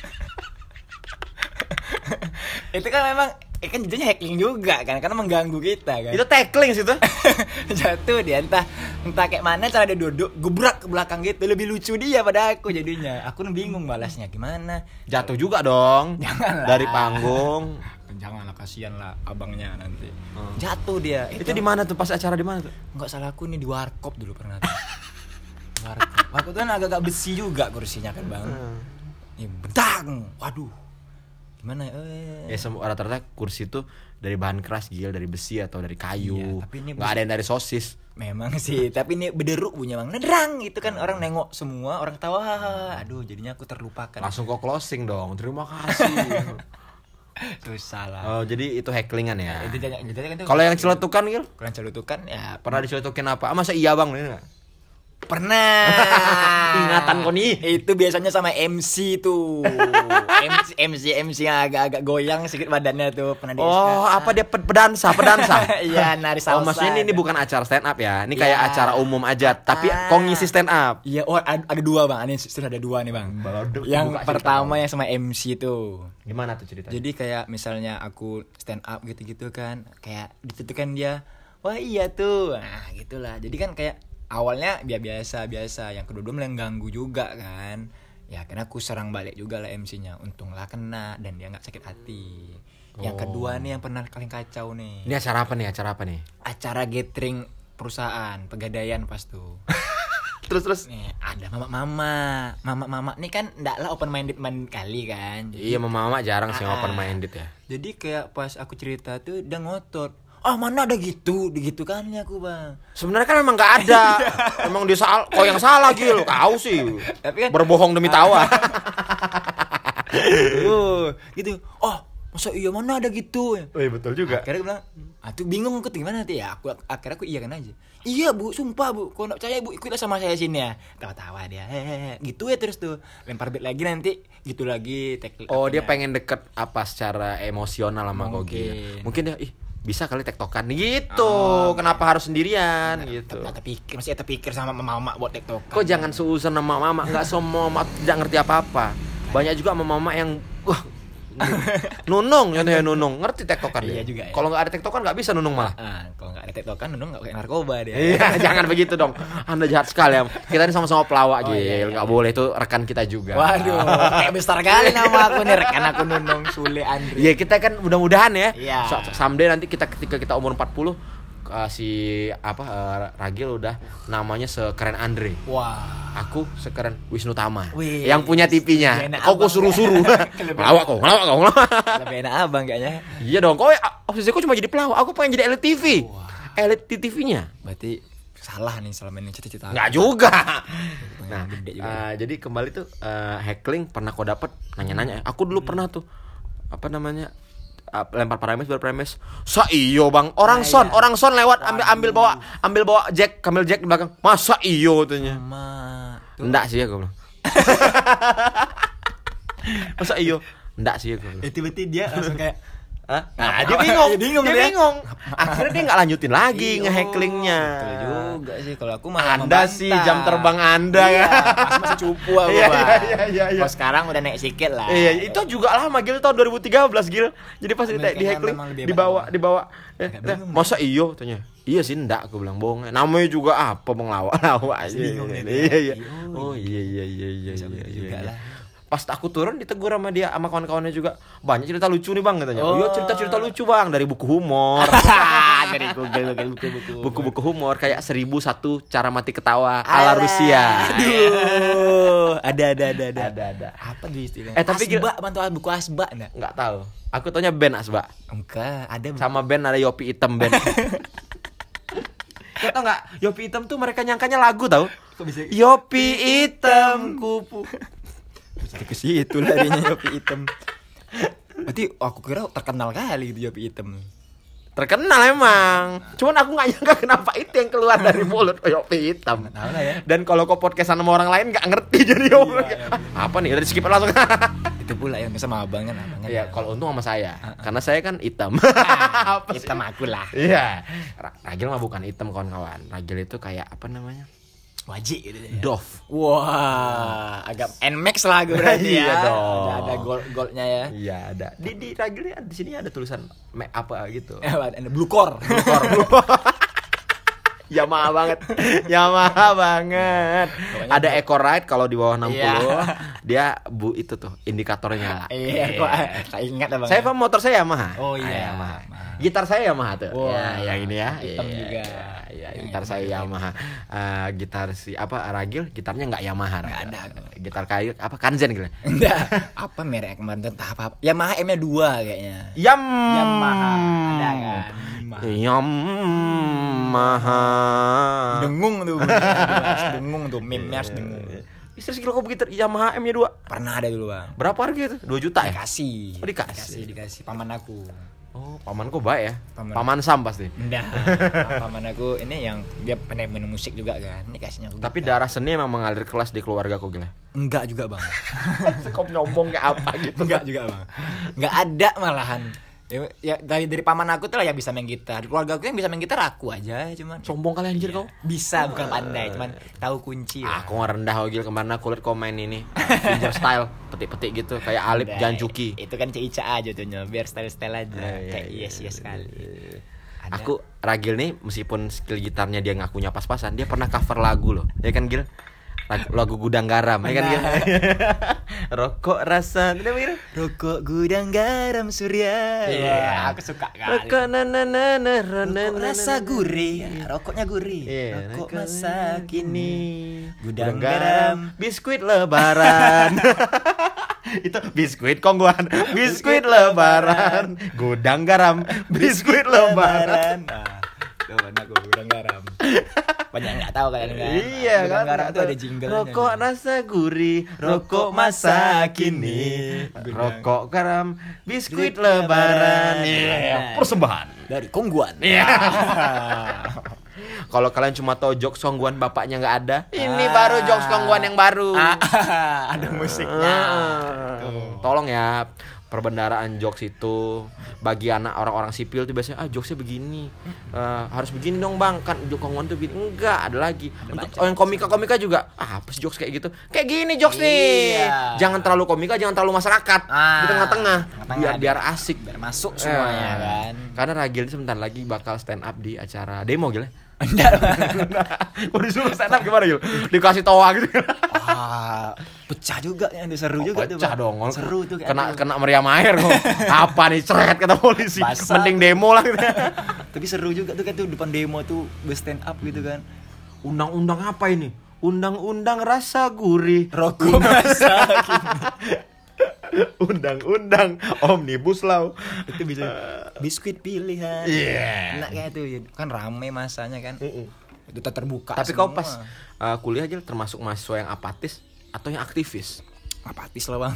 Itu kan memang eh kan jadinya hacking juga kan karena mengganggu kita kan. Itu tackling sih tuh. Jatuh dia entah entah kayak mana cara dia duduk gebrak ke belakang gitu lebih lucu dia pada aku jadinya. Aku bingung balasnya gimana. Jatuh juga dong. Janganlah. Dari panggung. Janganlah kasihan lah abangnya nanti. Hmm. Jatuh dia. Itu di mana tuh pas acara di mana tuh? Enggak salah aku ini di warkop dulu pernah tuh. Warkop. Aku tuh kan agak-agak besi juga kursinya kan bang. Ini bentang. Waduh. Gimana ya? Eh. Ya semua rata-rata kursi tuh dari bahan keras Gil, dari besi atau dari kayu. Iya, tapi ini nggak ada yang dari sosis. Memang sih, tapi ini bederuk bunyinya bang, nederang gitu kan orang nengok semua, orang tawa, aduh jadinya aku terlupakan. Langsung kok closing dong. Terima kasih. Terus salah. Oh, jadi itu hecklingan ya. Itu jadi jadi kan tuh. Kalau yang celetukan Gil, Kalau yang celutukan ya pernah diceletukin apa? Ah, masa iya Bang? Ini enggak? pernah. Ingatan kau nih. Itu biasanya sama M C tuh. M C M C M C yang agak-agak goyang sedikit badannya tuh pernah di Oh, apa dia ped- pedansa, pedansa. Iya, nari salsa. Oh, maksudnya ini, ini bukan acara stand up ya. Ini Iya. kayak acara umum aja, tapi Ah. kau ngisi stand up. Iya, oh ada, ada dua bang, ini sudah ada dua nih bang. Balado, Yang buka cerita pertama dong. yang sama M C tuh. Gimana tuh ceritanya? Jadi kayak misalnya aku stand up gitu-gitu kan, kayak ditentukan dia, wah iya tuh. Nah gitulah. Jadi kan kayak awalnya biasa biasa, yang kedua mulai ganggu juga kan. Ya karena aku serang balik juga lah M C-nya. Untunglah kena dan dia nggak sakit hati. Yang Oh. kedua nih yang pernah paling kacau nih. Ini acara apa nih? Acara apa nih? Acara gathering perusahaan, pegadaian pas tuh. Terus terus. Nih ada mama-mama, mama-mama nih kan ndak lah open minded man kali kan. Jadi, Iya, mama jarang sih Ah. open minded ya. jadi kayak pas aku cerita tuh dia ngotot. Ah mana ada gitu, gitu kan aku bang. Sebenarnya kan memang nggak ada. Emang dia salah. Kok yang salah Gil? Kau sih. Tapi kan Berbohong demi tawa. oh, gitu. Oh masa iya mana ada gitu. Oh iya betul juga. Akhirnya gue bilang, ah tuh bingung aku gimana nanti ya. Aku akhirnya aku iya kan aja. Iya bu, sumpah bu. Kalau nggak percaya bu ikutlah sama saya sini ya. Tawa-tawa dia. Hehehe. Gitu ya terus tuh. Lempar beat lagi nanti. Gitu lagi. Tek- Oh dia apanya. pengen deket apa secara emosional sama kau Gil. Mungkin. Mungkin dia ih bisa kali tektokan gitu. Oh, Kenapa harus sendirian gitu. Nggak terpikir, masih terpikir sama mama buat tektokan. Kok jangan seuzon sama mama, nggak semua mama tidak ngerti apa-apa. Banyak juga mama yang wah nunung, contohnya nunung, ngerti tektokan Iya dia. juga ya. Kalau nggak ada tektokan nggak bisa nunung malah. Ah, kalau nggak ada tektokan, Nunung nggak kayak narkoba dia. Iya, jangan begitu dong. Anda jahat sekali ya. Kita ini sama-sama pelawak, Oh, Gil. iya, iya, Nggak iya. boleh itu rekan kita juga. Waduh, kayak besar kali nama aku nih, rekan aku Nunung Sule Andre. Iya, kita kan mudah-mudahan ya. Iya. So- someday nanti kita ketika kita umur empat puluh uh, si apa uh, Ragil udah namanya sekeren Andre. Wah. Aku sekeren Wisnu Tama. Wih, yang punya T V-nya. enak Kau kau abang. suruh-suruh. Lebih- Ngelawak kau, ngelawak kau, ngelawak. Lebih enak abang kayaknya. Iya dong, kau obsesi kau cuma jadi pelawak. Aku pengen jadi elit T V. Elit di T V-nya. Berarti salah nih selama ini cita-cita. Nggak juga. Pengen Nah, gede juga. uh, jadi kembali tuh uh, heckling pernah kau dapat nanya-nanya. Aku dulu pernah tuh apa namanya uh, lempar premis berpremis. Sa iyo bang, orang Ah, son, iya. orang son lewat ambil ambil bawa ambil bawa jack, kambil jack di belakang. Masa iyo katanya. Mama. Enggak sih ya gue bilang. Masa iyo? Enggak sih ya gue bilang. Eh tiba-tiba dia langsung kayak Hah? Nah, Apa- dia apa- bingung. dia bingung dia dia. bingung. Akhirnya dia nggak lanjutin lagi Iya, ngehacklingnya. betul juga sih kalau aku malah Anda membantah. sih jam terbang Anda Iya, ya. pas masih cupu aku, Iya, Bang. iya, iya, iya, iya. Kalau sekarang udah naik sikit lah. Iya, itu juga lama Gil tahun dua ribu tiga belas Gil. Jadi pas di, Kayaknya di hackling memang lebih dibawa hebat, dibawa eh, Agak eh, bingung, masa iyo tanya. Iya sih enggak aku bilang bohong. Namanya juga apa mengelawak-lawak aja. bingung dia. Iya iya. Oh, Oh iya iya iya iya Bisa iya. begitu juga iya. lah. Pas aku turun ditegur sama dia sama kawan-kawannya juga. Banyak cerita lucu nih Bang katanya. Oh. Iya cerita-cerita lucu Bang dari buku humor. Dari Google Google buku-buku. Buku-buku humor kayak seribu satu cara mati ketawa ala Alah. Rusia. Aduh, ada ada ada ada. Ada ada. Apa tuh istilahnya? Eh, tapi Asba, bantu buku Asba enggak? Enggak tahu. Aku taunya band Asba. Enggak, ada Sama band ada Yopi Hitam band. Kau tau gak? Yopi Hitam tuh mereka nyangkanya lagu tau. Kok bisa Yopi Hitam kupu. Jadi ke situ larinya Yopi Hitam. Berarti aku kira terkenal kali gitu Yopi Hitam. Terkenal emang. Cuman aku gak nyangka kenapa itu yang keluar dari mulut Yopi Hitam. Tahu lah ya. Dan kalau kau podcastan sama orang lain gak ngerti jadi Yopi. iya, Apa nih? Udah di skip langsung. Itu pula yang sama abang kan, abang kan. Iya, kalau untung sama saya. Karena saya kan hitam. Ah, Apa sih? hitam aku lah. Iya. Ra- Ragil mah bukan hitam kawan-kawan. Ragil itu kayak apa namanya? Wajib gitu ya. Dove. Wah, agak Nmax lah gue berarti ya. Iya dong. Ada, ada gold goldnya ya. Iya ada. Di di Ragil di sini ada tulisan me apa gitu. Ada blue core. Yamaha banget. Yamaha banget. Pokoknya Ada Eco Ride kalau di bawah enam puluh. Iya. Dia bu itu tuh indikatornya. Iya, kok tak ingat abang. Saya paham motor saya Yamaha. Oh, iya. Ah, Yamaha. Gitar saya Yamaha tuh. Wah, ya, yang ini ya. hitam Iya, juga. Iya, Yang gitar hitam saya juga. Yamaha. Eh, gitar si apa Ragil gitarnya nggak Yamaha. Nggak Ragil. ada. Gitar kayu apa Kanzen gitu. Enggak. Apa merek kemarin entah apa. Yamaha M-nya dua kayaknya. Yam Yamaha. Ada kan. Yamaha. Dengung tuh. Harus dengung tuh, meme-nya harus dengung. Istri kilo kau gitar Yamaha M-nya dua. Pernah ada dulu, Bang. Berapa harga itu? dua juta ya? Dikasih. Oh, dikasih. Dikasih, dikasih paman aku. Oh, paman kok baik ya? Paman. Paman Sam pasti. Enggak. Paman aku ini yang dia pandai main musik juga kan. Ini kasihnya aku. Tapi darah seni emang mengalir kelas di keluarga kok gila. enggak juga, Bang. Kok nyombong kayak apa gitu? Enggak juga, Bang. Enggak ada malahan. Ya, ya dari dari paman aku tuh lah yang bisa main gitar. Di keluarga aku yang bisa main gitar aku aja cuman. Sombong kali anjir kau. Bisa bukan pandai, cuman tahu kunci. Ah, lah. aku rendah Ogil kemana kulit kau main ini finger style petik-petik gitu kayak Alip Pandai. Janjuki. Itu kan Ica aja tuh biar style-style aja. Eh, iya, Kayak iya, yes yes sekali. Ada. Aku Ragil nih meskipun skill gitarnya dia ngakunya pas-pasan, dia pernah cover lagu loh. Ya kan Gil? Lagu, lagu Gudang Garam, ya kan Gil? Rokok rasa, tidak mikir? Rokok gudang garam surya. Iya, yeah, aku suka kali. Rokok na na na na na Rokok rasa gurih, rokoknya gurih. Yeah, rokok masa kini, gudang, Gudang garam. garam, biskuit lebaran. Itu biskuit kongguan, biskuit lebaran, gudang garam, biskuit lebaran. Nah, tuh mana gua gudang garam. Banyak nggak tahu kalian kan? Iya gudang kan. garam tuh ada jingle. Rokok rasa gurih, rokok masa kini, rokok garam, biskuit lebaran. Iya, persembahan dari Kongguan. Iya. Kalau kalian cuma tahu jokes kongguan bapaknya nggak ada, ini Ah. baru jokes kongguan yang baru. Ah, ada musiknya. Ah. Tolong ya, perbendaraan jokes itu bagi anak orang-orang sipil tuh biasanya ah jokesnya begini, Eh, harus begini dong bang, kan jokes kongguan tuh begini. Enggak, ada lagi. Untuk baca. yang komika-komika juga, ah, apa sih jokes kayak gitu? Kayak gini jokes nih. Iya. Jangan terlalu komika, jangan terlalu masyarakat. Ah, Di tengah-tengah, tengah-tengah biar dia. biar asik. Biar masuk semuanya Eh, kan. Karena Ragil ini sebentar lagi bakal stand up di acara demo Gil. Enggak. Mau disuruh stand up gimana Gil? Dikasih toa gitu. Wah, pecah juga ya, seru juga tuh. Pecah Bang. dong. Seru tuh kayak Kena tuh. kena meriam air kok. Apa nih ceret kata polisi. Basah. Mending demo lah gitu. Tapi seru juga tuh kan tuh depan demo tuh stand up gitu kan. Undang-undang apa ini? Undang-undang rasa gurih. Rokok masa Undang-undang Omnibus Law. itu bisa biskuit pilihan. Iya. Enak kayak tuh kan rame masanya kan. Itu tak terbuka. Tapi semua. kau pas uh, kuliah aja termasuk mahasiswa yang apatis atau yang aktivis? apatis lah bang.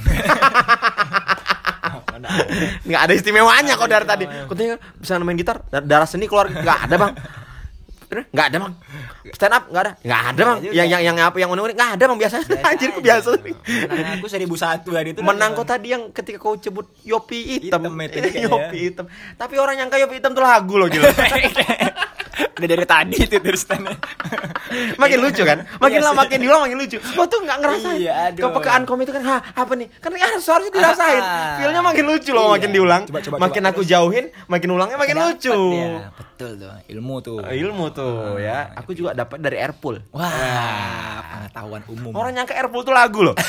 Nggak ada istimewanya kok dari tadi. Kau tanya bisa main gitar, dar- darah seni keluar nggak ada bang. Bener? Nggak ada bang. Stand up nggak ada, nggak ada bang. juga. Yang yang yang apa yang unik-unik nggak ada bang biasanya. Anjir kok biasa. Menang aku seribu satu hari itu. Menang kok tadi yang ketika kau sebut Yopi hitam, Hitam itu kayaknya. Yopi hitam. Tapi orang nyangka Yopi hitam tuh lagu loh gila. Udah dari tadi itu terus tanya. Makin lucu kan? Makin Iya lama sih. makin diulang makin lucu. Kau tuh nggak ngerasain. Iya, aduh. Kepekaan kom itu kan, ha apa nih? Kan ya harus harusnya dirasain. Ah. Feelnya makin lucu loh, Iya. makin diulang. Coba, coba, makin coba, aku terus. jauhin, makin ulangnya makin Dapet lucu. ya. Betul tuh, ilmu tuh. Ilmu tuh ya. Aku juga dapat dari Airpool. Wah, pengetahuan umum. Orang nyangka Airpool tuh lagu loh.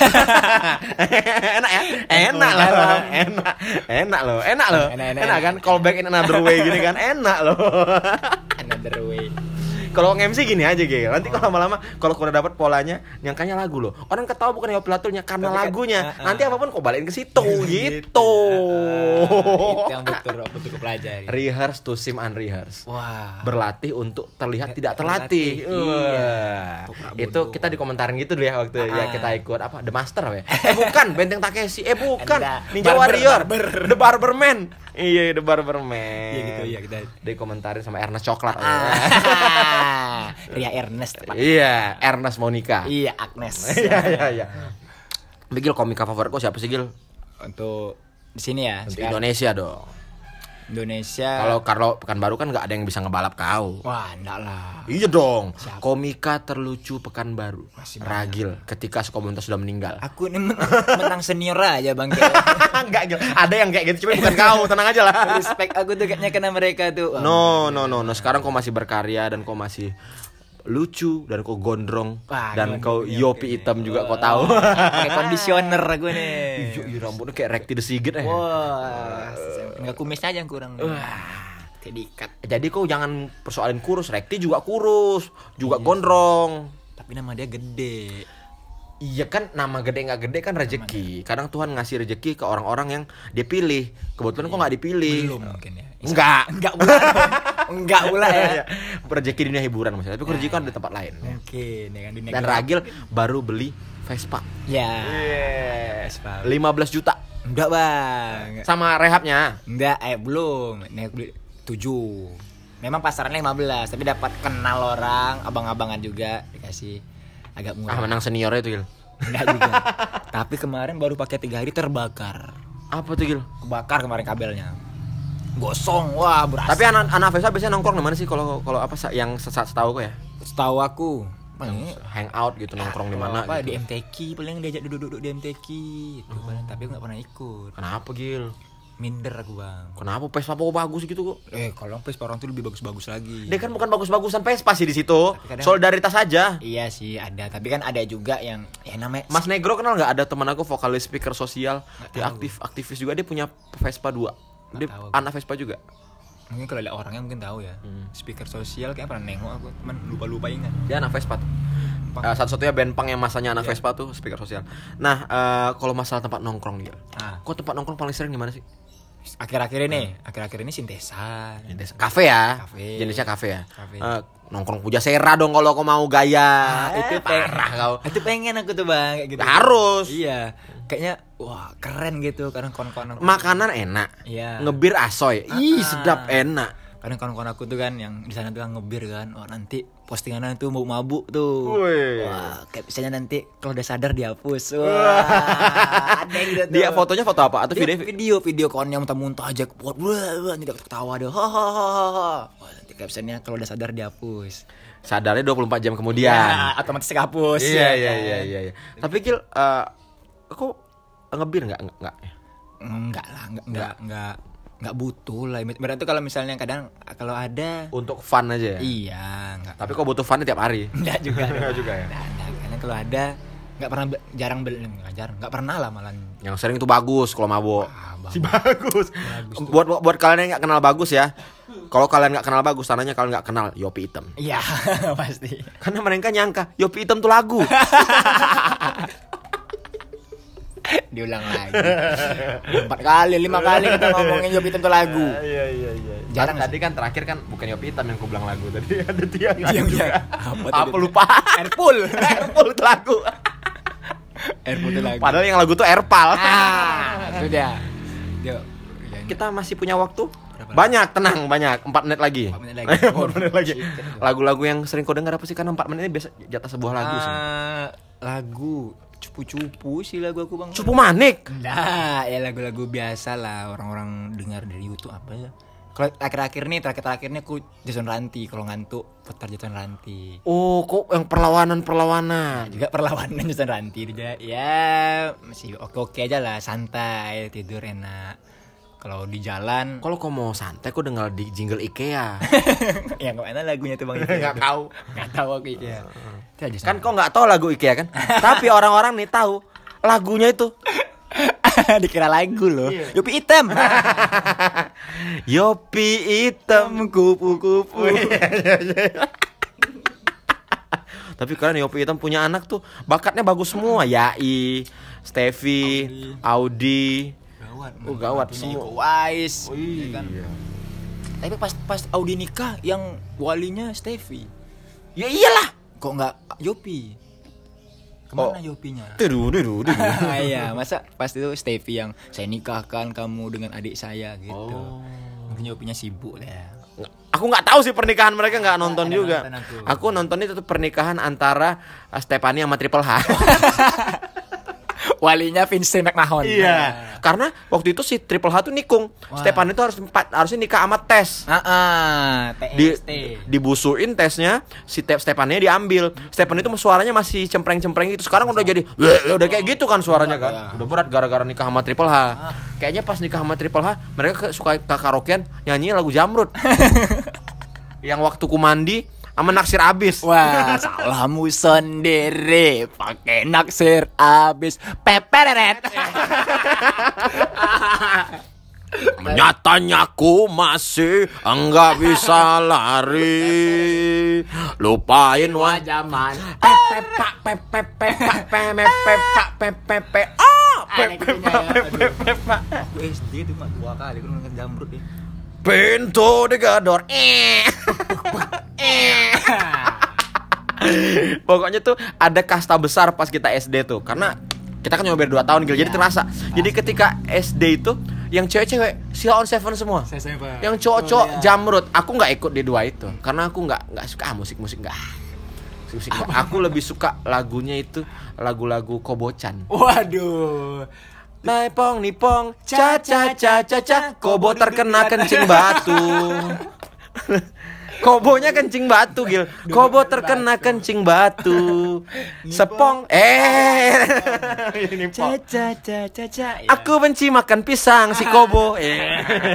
Enak ya? Enak lah. Enak. Enak loh. Enak loh. Enak, enak, Enak kan? enak. Call back in another way gini kan. Enak loh. Another way. Kalau nge-M C gini aja Gil. Nanti kalau lama-lama kalau udah dapat polanya, nyangkanya lagu loh. Orang ketawa bukan Yopi Laturnya karena Tapi kan, lagunya. uh, uh. Nanti apapun kok balikin ke situ gitu. Ah, itu yang betul betul kepelajari. Rehearse to seem unrehearsed. Wah. Berlatih untuk terlihat tidak terlatih. terlatih. Iya. Wah. Untuk Itu Prabowo. kita dikomentarin gitu dulu ya waktu ya Ah. kita ikut apa The Master apa ya? Eh bukan Benteng Takeshi. Eh bukan Anda. Ninja Barber, Warrior. barber. The Barberman. Iya The Barberman. Iya gitu ya kita. Dikomentarin sama Ernest Coklat. Ah. Ria Ernest tepat. Iya, Ernest Monica. Iya, Agnes. Iya iya iya. Gil komika favoritku siapa sih Gil? Untuk di sini ya. Untuk sekarang. Indonesia dong. Indonesia. Kalau Carlo Pekanbaru kan nggak ada yang bisa ngebalap kau. Wah, enggak lah. Iya dong. Siapa? Komika terlucu Pekanbaru. Masih banyak. Ragil ketika Sukomuntas sudah meninggal. Aku ini men- menang senior aja Bang. Enggak Gil. Ada yang kayak gitu cuma bukan kau, tenang aja lah. Respect aku tuh kayaknya kena mereka tuh. Wah, No, no, no, no. Sekarang kau masih berkarya dan kau masih lucu dan kau gondrong Wah, dan gondrong, kau iya, Yopi oke. hitam juga kau Wah, tahu. Pakai conditioner aku nih. Iya, iya, rambutnya kayak Rekti the Sigit eh. Wah, enggak kumisnya aja yang kurang. Wah. Kayak diikat. Jadi kau jangan persoalin kurus, Rekti juga kurus, juga gondrong. Tapi nama dia gede. Iya kan nama gede nggak gede kan rezeki. Kadang Tuhan ngasih rezeki ke orang-orang yang dia pilih. Kebetulan kok nggak dipilih. Belum mungkin ya. Enggak. Enggak pula. Enggak pula ya. Rezeki dunia hiburan maksudnya. Tapi rezeki kan di tempat lain. Mungkin ya kan dunia Dan gelap. Ragil baru beli Vespa. Ya. Yes. Vespa. lima belas juta. Enggak, Bang. Sama rehabnya. Enggak, eh belum. Nih aku beli tujuh. Memang pasarannya lima belas, tapi dapat kenal orang, abang-abangan juga dikasih agak murah. Ah menang seniornya itu Gil. Enggak juga. Tapi kemarin baru pakai tiga hari terbakar. Apa tuh Gil? Kebakar kemarin kabelnya. Gosong, wah berasa. Tapi anak anak Vespa biasanya nongkrong di mana sih kalau kalau apa sa- yang sesat setahu kok ya? setahu aku, Yang hangout gitu nongkrong di mana apa gitu. di M T Q paling diajak duduk-duduk di M T Q gitu paling, tapi aku enggak pernah ikut. Kenapa Gil? Minder aku bang. Kenapa Vespa kok bagus gitu kok? Eh kalau Vespa orang tuh lebih bagus-bagus lagi. Dia kan bukan bagus-bagusan Vespa sih di situ. kadang- Solidaritas aja. Iya sih ada, tapi kan ada juga yang ya namanya Mas Negro kenal nggak? Ada teman aku vokalis speaker sosial, Nggak dia tahu. aktif aktivis juga, dia punya Vespa dua. Dia tahu. anak Vespa juga. mungkin kalau ada orangnya mungkin tahu ya. Hmm. Speaker sosial kayak pernah nengok aku, cuman lupa-lupa ingat. Dia anak Vespa tuh. Punk. Eh, satu-satunya band punk yang masanya anak Iya. Vespa tuh speaker sosial. Nah, eh, kalau masalah tempat nongkrong dia, Ah, kok tempat nongkrong paling sering di mana sih? akhir-akhir ini, akhir-akhir ini Sintesa. Kafe ya, Kafe. jenisnya kafe ya. Kafe. Eh, nongkrong Puja Sera dong kalau kau mau gaya. Ah, itu Eh, parah kau. Itu pengen aku tuh bang, kayak gitu. Harus. Iya, kayaknya wah keren gitu. Kadang kawan-kawan aku. Makanan enak, Iya. ngebir asoy, ih Ah. sedap enak. Kadang kawan-kawan aku tuh kan yang di sana tuh kan ngebir kan. Oh nanti postingannya tuh mau mabuk tuh. Wih. Wah, kayak misalnya nanti kalau udah sadar dihapus. Wah, ada gitu tuh. Dia fotonya foto apa atau Dia video? video video kawannya muntah-muntah aja buat wah tidak ketawa deh. Hahaha. Wah, nanti captionnya kalau udah sadar dihapus. Sadarnya dua puluh empat jam kemudian. Ya, otomatis kehapus. Iya ya iya kan? iya iya. iya. Tapi Gil, eh, aku ngebir nggak nggak nggak? Enggak lah, enggak enggak enggak enggak butuh lah. Berarti kalau misalnya kadang kalau ada Untuk fun aja ya. iya, enggak. Tapi kok butuh funnya tiap hari? Enggak juga. Enggak juga ya? Enggak, enggak. Karena kalau ada enggak pernah be- jarang beli, enggak jarang, enggak pernah lah malah. Yang sering itu bagus kalau mabuk. Ah, bagus. Si bagus. Bagus tuh. buat buat kalian yang nggak kenal bagus ya. Kalau kalian nggak kenal bagus, tandanya kalian nggak kenal Yopi Hitam. Iya, pasti. Karena mereka nyangka Yopi Hitam tuh lagu. Diulang lagi. Empat kali, lima kali kita ngomongin Yopi Hitam tuh lagu. Iya iya iya. Jarang Tadi kan terakhir kan bukan Yopi Hitam yang ku bilang lagu tadi, ada tiang Tiang juga. juga. Apa tuh? Apa lupa? Airpool. Airpal itu lagu. Airpool tuh lagu. Padahal yang lagu tuh Airpal. Ah, itu dia. Dia ya, Kita masih punya waktu? Berapa? Banyak, tenang, banyak. empat menit lagi. Empat menit lagi. empat menit lagi. Lagu-lagu yang sering kau dengar apa sih? Karena empat menit ini biasa jatah sebuah lagu sih. Ah, lagu cupu-cupu sih lagu aku bang. Cupu Manik. Nah, ya lagu-lagu biasa lah orang-orang dengar dari YouTube apa ya. Kalau akhir-akhir nih, terakhir-terakhir nih aku Jason Ranti. Kalau ngantuk putar Jason Ranti. Oh, kok yang perlawanan-perlawanan. Juga perlawanan Jason Ranti juga. Ya masih oke-oke aja lah, santai, tidur enak. Kalau di jalan, Kalau kau mau santai, kau dengar di jingle IKEA. ya kemana lagunya tuh bang? Nggak tahu. Nggak tahu aku ya. Itu aja Kan kau nggak tahu lagu IKEA kan? Tapi orang-orang nih tahu lagunya itu. dikira lagu loh. Yopi Hitam. Yopi Hitam. kupu-kupu. Tapi kalian Yopi Hitam punya anak tuh bakatnya bagus semua. Yai, Steffi, Audi. Gawat. Oh, gawat Punya semua. Iko Uwais. Oh, ya kan? iya. Tapi pas pas Audi nikah yang walinya Steffi. Ya iyalah. Kok nggak Yopi? Kemana Oh. Yopinya? Tuh, tuh, tuh, tuh. Iya, masa pas itu Steffi yang saya nikahkan kamu dengan adik saya gitu. Oh. Mungkin Yopinya sibuk lah ya. Aku nggak tahu sih pernikahan mereka, nggak nonton ada juga. nonton aku. Aku nonton itu tuh pernikahan antara uh, Stephanie sama Triple H. Walinya Vincent McMahon. Karena waktu itu si Triple H tuh nikung. Wah. Stephanie itu harus empat, harusnya nikah sama Tes. Ah, ah, Di, T S T. dibusuin tesnya, si Te- Stephanie diambil. Stephanie itu suaranya masih cempreng-cempreng gitu. Sekarang udah jadi "Weh", udah kayak gitu kan suaranya kan. Ya. Udah berat gara-gara nikah sama Triple H. Kayaknya pas nikah sama Triple H, mereka ke- suka ke karaokean nyanyi lagu Jamrud. Yang waktu ku mandi sama naksir abis. Wah, salahmu sendiri pakai naksir abis peperet. Nyatanya ku masih enggak bisa lari. Lupain wajah Zaman. pepe pak pepe pepe pepe pepe pepe pepe ah pepe pepe pepe Aku S D tuh cuma dua kali aku nonton Jamrud deh. pintu digedor eh eh pokoknya tuh ada kasta besar pas kita S D tuh karena kita kan cuma beda dua tahun Gil, jadi terasa. Jadi ketika S D itu yang cewek-cewek Sheila on Seven semua. Yang cowok-cowok Jamrud. Aku nggak ikut di dua itu karena aku nggak nggak suka ah, musik-musik nggak. Musik nggak. Aku lebih suka lagunya itu lagu-lagu Kobocan. Waduh. Naipong nipong ca ca ca ca ca Kobo terkena kencing batu. Kobonya kencing batu, Gil. Kobo terkena kencing batu. Sepong eh ini po. Caca caca caca. Aku benci makan pisang si Kobo. Eh.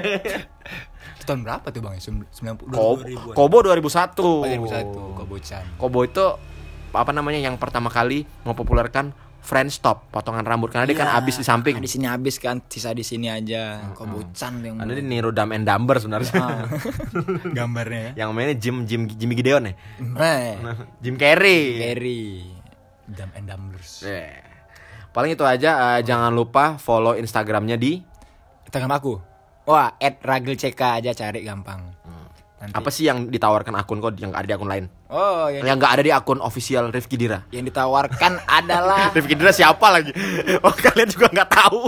Tahun berapa tuh Bang? sembilan puluh Kobo, Kobo dua ribu satu. dua ribu satu Kobo-chan. Kobo itu apa namanya yang pertama kali mempopulerkan French top, potongan rambut karena dia kan habis di samping. Di sini habis kan, sisa di sini aja. Hmm. Kobo-chan yang. Ada di niru Dumb and Dumber sebenarnya. Ah. Gambarnya. Yang mainnya Jim Jim Jimmy Gideon ya. Nah, Jim Carrey. Carrey. Dumb and Dumbers. Yeah. Paling itu aja. Uh, jangan lupa follow Instagramnya di Instagram aku. Wah, at ragelck aja cari gampang. Nanti. Apa sih yang ditawarkan akun kok yang ada di akun lain? Oh, yang, yang nggak ada di akun official Rifki Dira. Yang ditawarkan adalah Rifki Dira siapa lagi? Oh, kalian juga nggak tahu.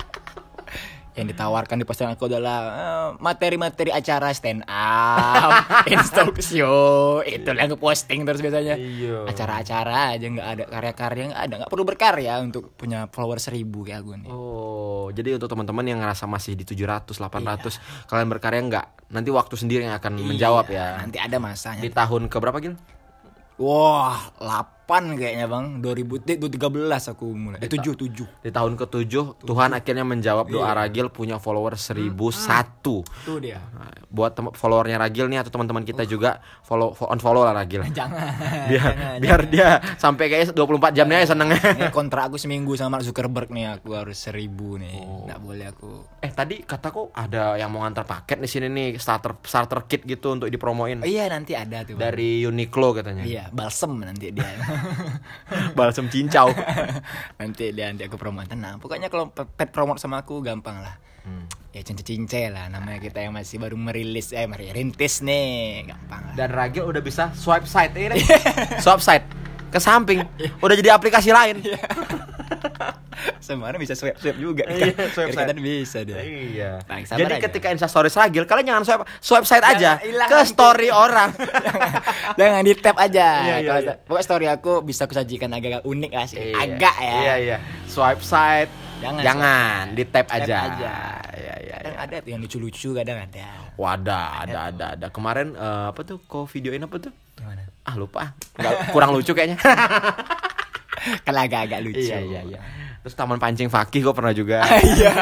Yang ditawarkan di postingan aku adalah uh, materi-materi acara stand up, instalk show, itu yang posting terus biasanya. Iyo. Acara-acara aja, nggak ada karya-karya, nggak ada, nggak perlu berkarya untuk punya follower seribu kayak aku nih. Oh, jadi untuk teman-teman yang ngerasa masih di tujuh ratus, delapan ratus, iya. Kalian berkarya nggak? Nanti waktu sendiri yang akan iya, menjawab ya. Nanti ada masanya. Di tahun ke berapa, Gil? Wah, delapan kayaknya Bang. dua ribu tiga belas aku mulai. Eh, tujuh, tujuh. Di tahun ketujuh, Tuhan akhirnya menjawab doa iya. Ragil punya follower seribu satu. Itu dia. Nah, buat tem- followernya Ragil nih atau teman-teman kita uh. juga follow unfollow lah Ragil. Jangan. Biar jangan, biar jangan. dia sampai kayak dua puluh empat jamnya ya seneng. Ini kontrak aku seminggu sama Mark Zuckerberg nih, aku harus seribu nih. Oh. Nggak boleh aku. Eh tadi kataku ada yang mau ngantar paket di sini nih, starter starter kit gitu untuk dipromoin. Oh, iya nanti ada tuh. Bang. Dari Uniqlo katanya. Iya, balsem nanti dia. Balsem cincau. Nanti dia nanti aku promote. Nah, pokoknya kalau pet promote sama aku gampang lah. Hmm. Ya cince-cince lah namanya kita yang masih baru merilis eh merintis nih, gampang lah. Dan Ragil udah bisa swipe side ya. Swipe side ke samping. Udah jadi aplikasi lain. Semuanya bisa swipe swipe juga kan. Iya, swipe side bisa dia. Iya. Bang, jadi aja. ketika Insta Stories Ragil, kalian jangan swipe swipe side aja jangan, ke story nanti. orang. jangan, jangan di tap aja. Iya, iya, iya. Pokoknya story aku bisa aku sajikan agak unik lah sih. Iya. Agak ya. Iya iya. Swipe side. Jangan, jangan di tap aja. aja. aja. Iya iya. Kadang iya. ada tuh yang lucu-lucu, kadang ada. Wadah, ada ada ada. Kemarin uh, apa tuh? Kok videoin apa tuh? Gimana? Ah lupa. Nggak, kurang lucu kayaknya. Kan agak-agak lucu. Iya iya iya. Terus taman pancing Fakih kok pernah juga. Iya.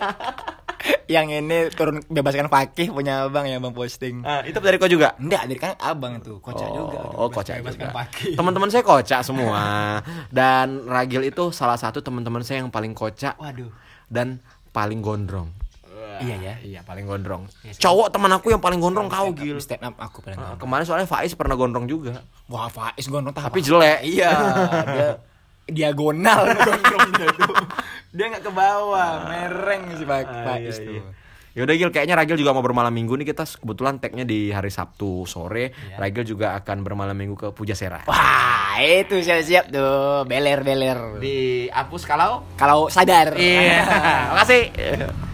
Yang ini turun bebaskan Fakih punya abang ya bang posting. Ah, itu dari kok juga? Enggak, dari kan abang tuh, kocak oh, juga. Oh, kocak juga. Fakih. Teman-teman saya kocak semua. Dan Ragil itu salah satu teman-teman saya yang paling kocak. Waduh. Dan paling gondrong. Wah. Iya ya. Iya, paling gondrong. Ya, cowok teman aku yang paling gondrong kau, Gil. Stand up aku paling. Nah, kemarin soalnya Faiz pernah gondrong juga. Wah, Faiz gondrong tapi jelek. Iya, dia diagonal gondrongnya tuh. Dia enggak ke bawah, mereng si Pak ah, Faiz iya, tuh. Iya. Yaudah Gil, kayaknya Ragil juga mau bermalam minggu nih. Kita kebetulan tagnya di hari Sabtu sore. Iya. Ragil juga akan bermalam minggu ke Pujasera. Wah, itu siap-siap tuh, beler-beler. Dihapus kalau kalau sadar. Iya. Makasih.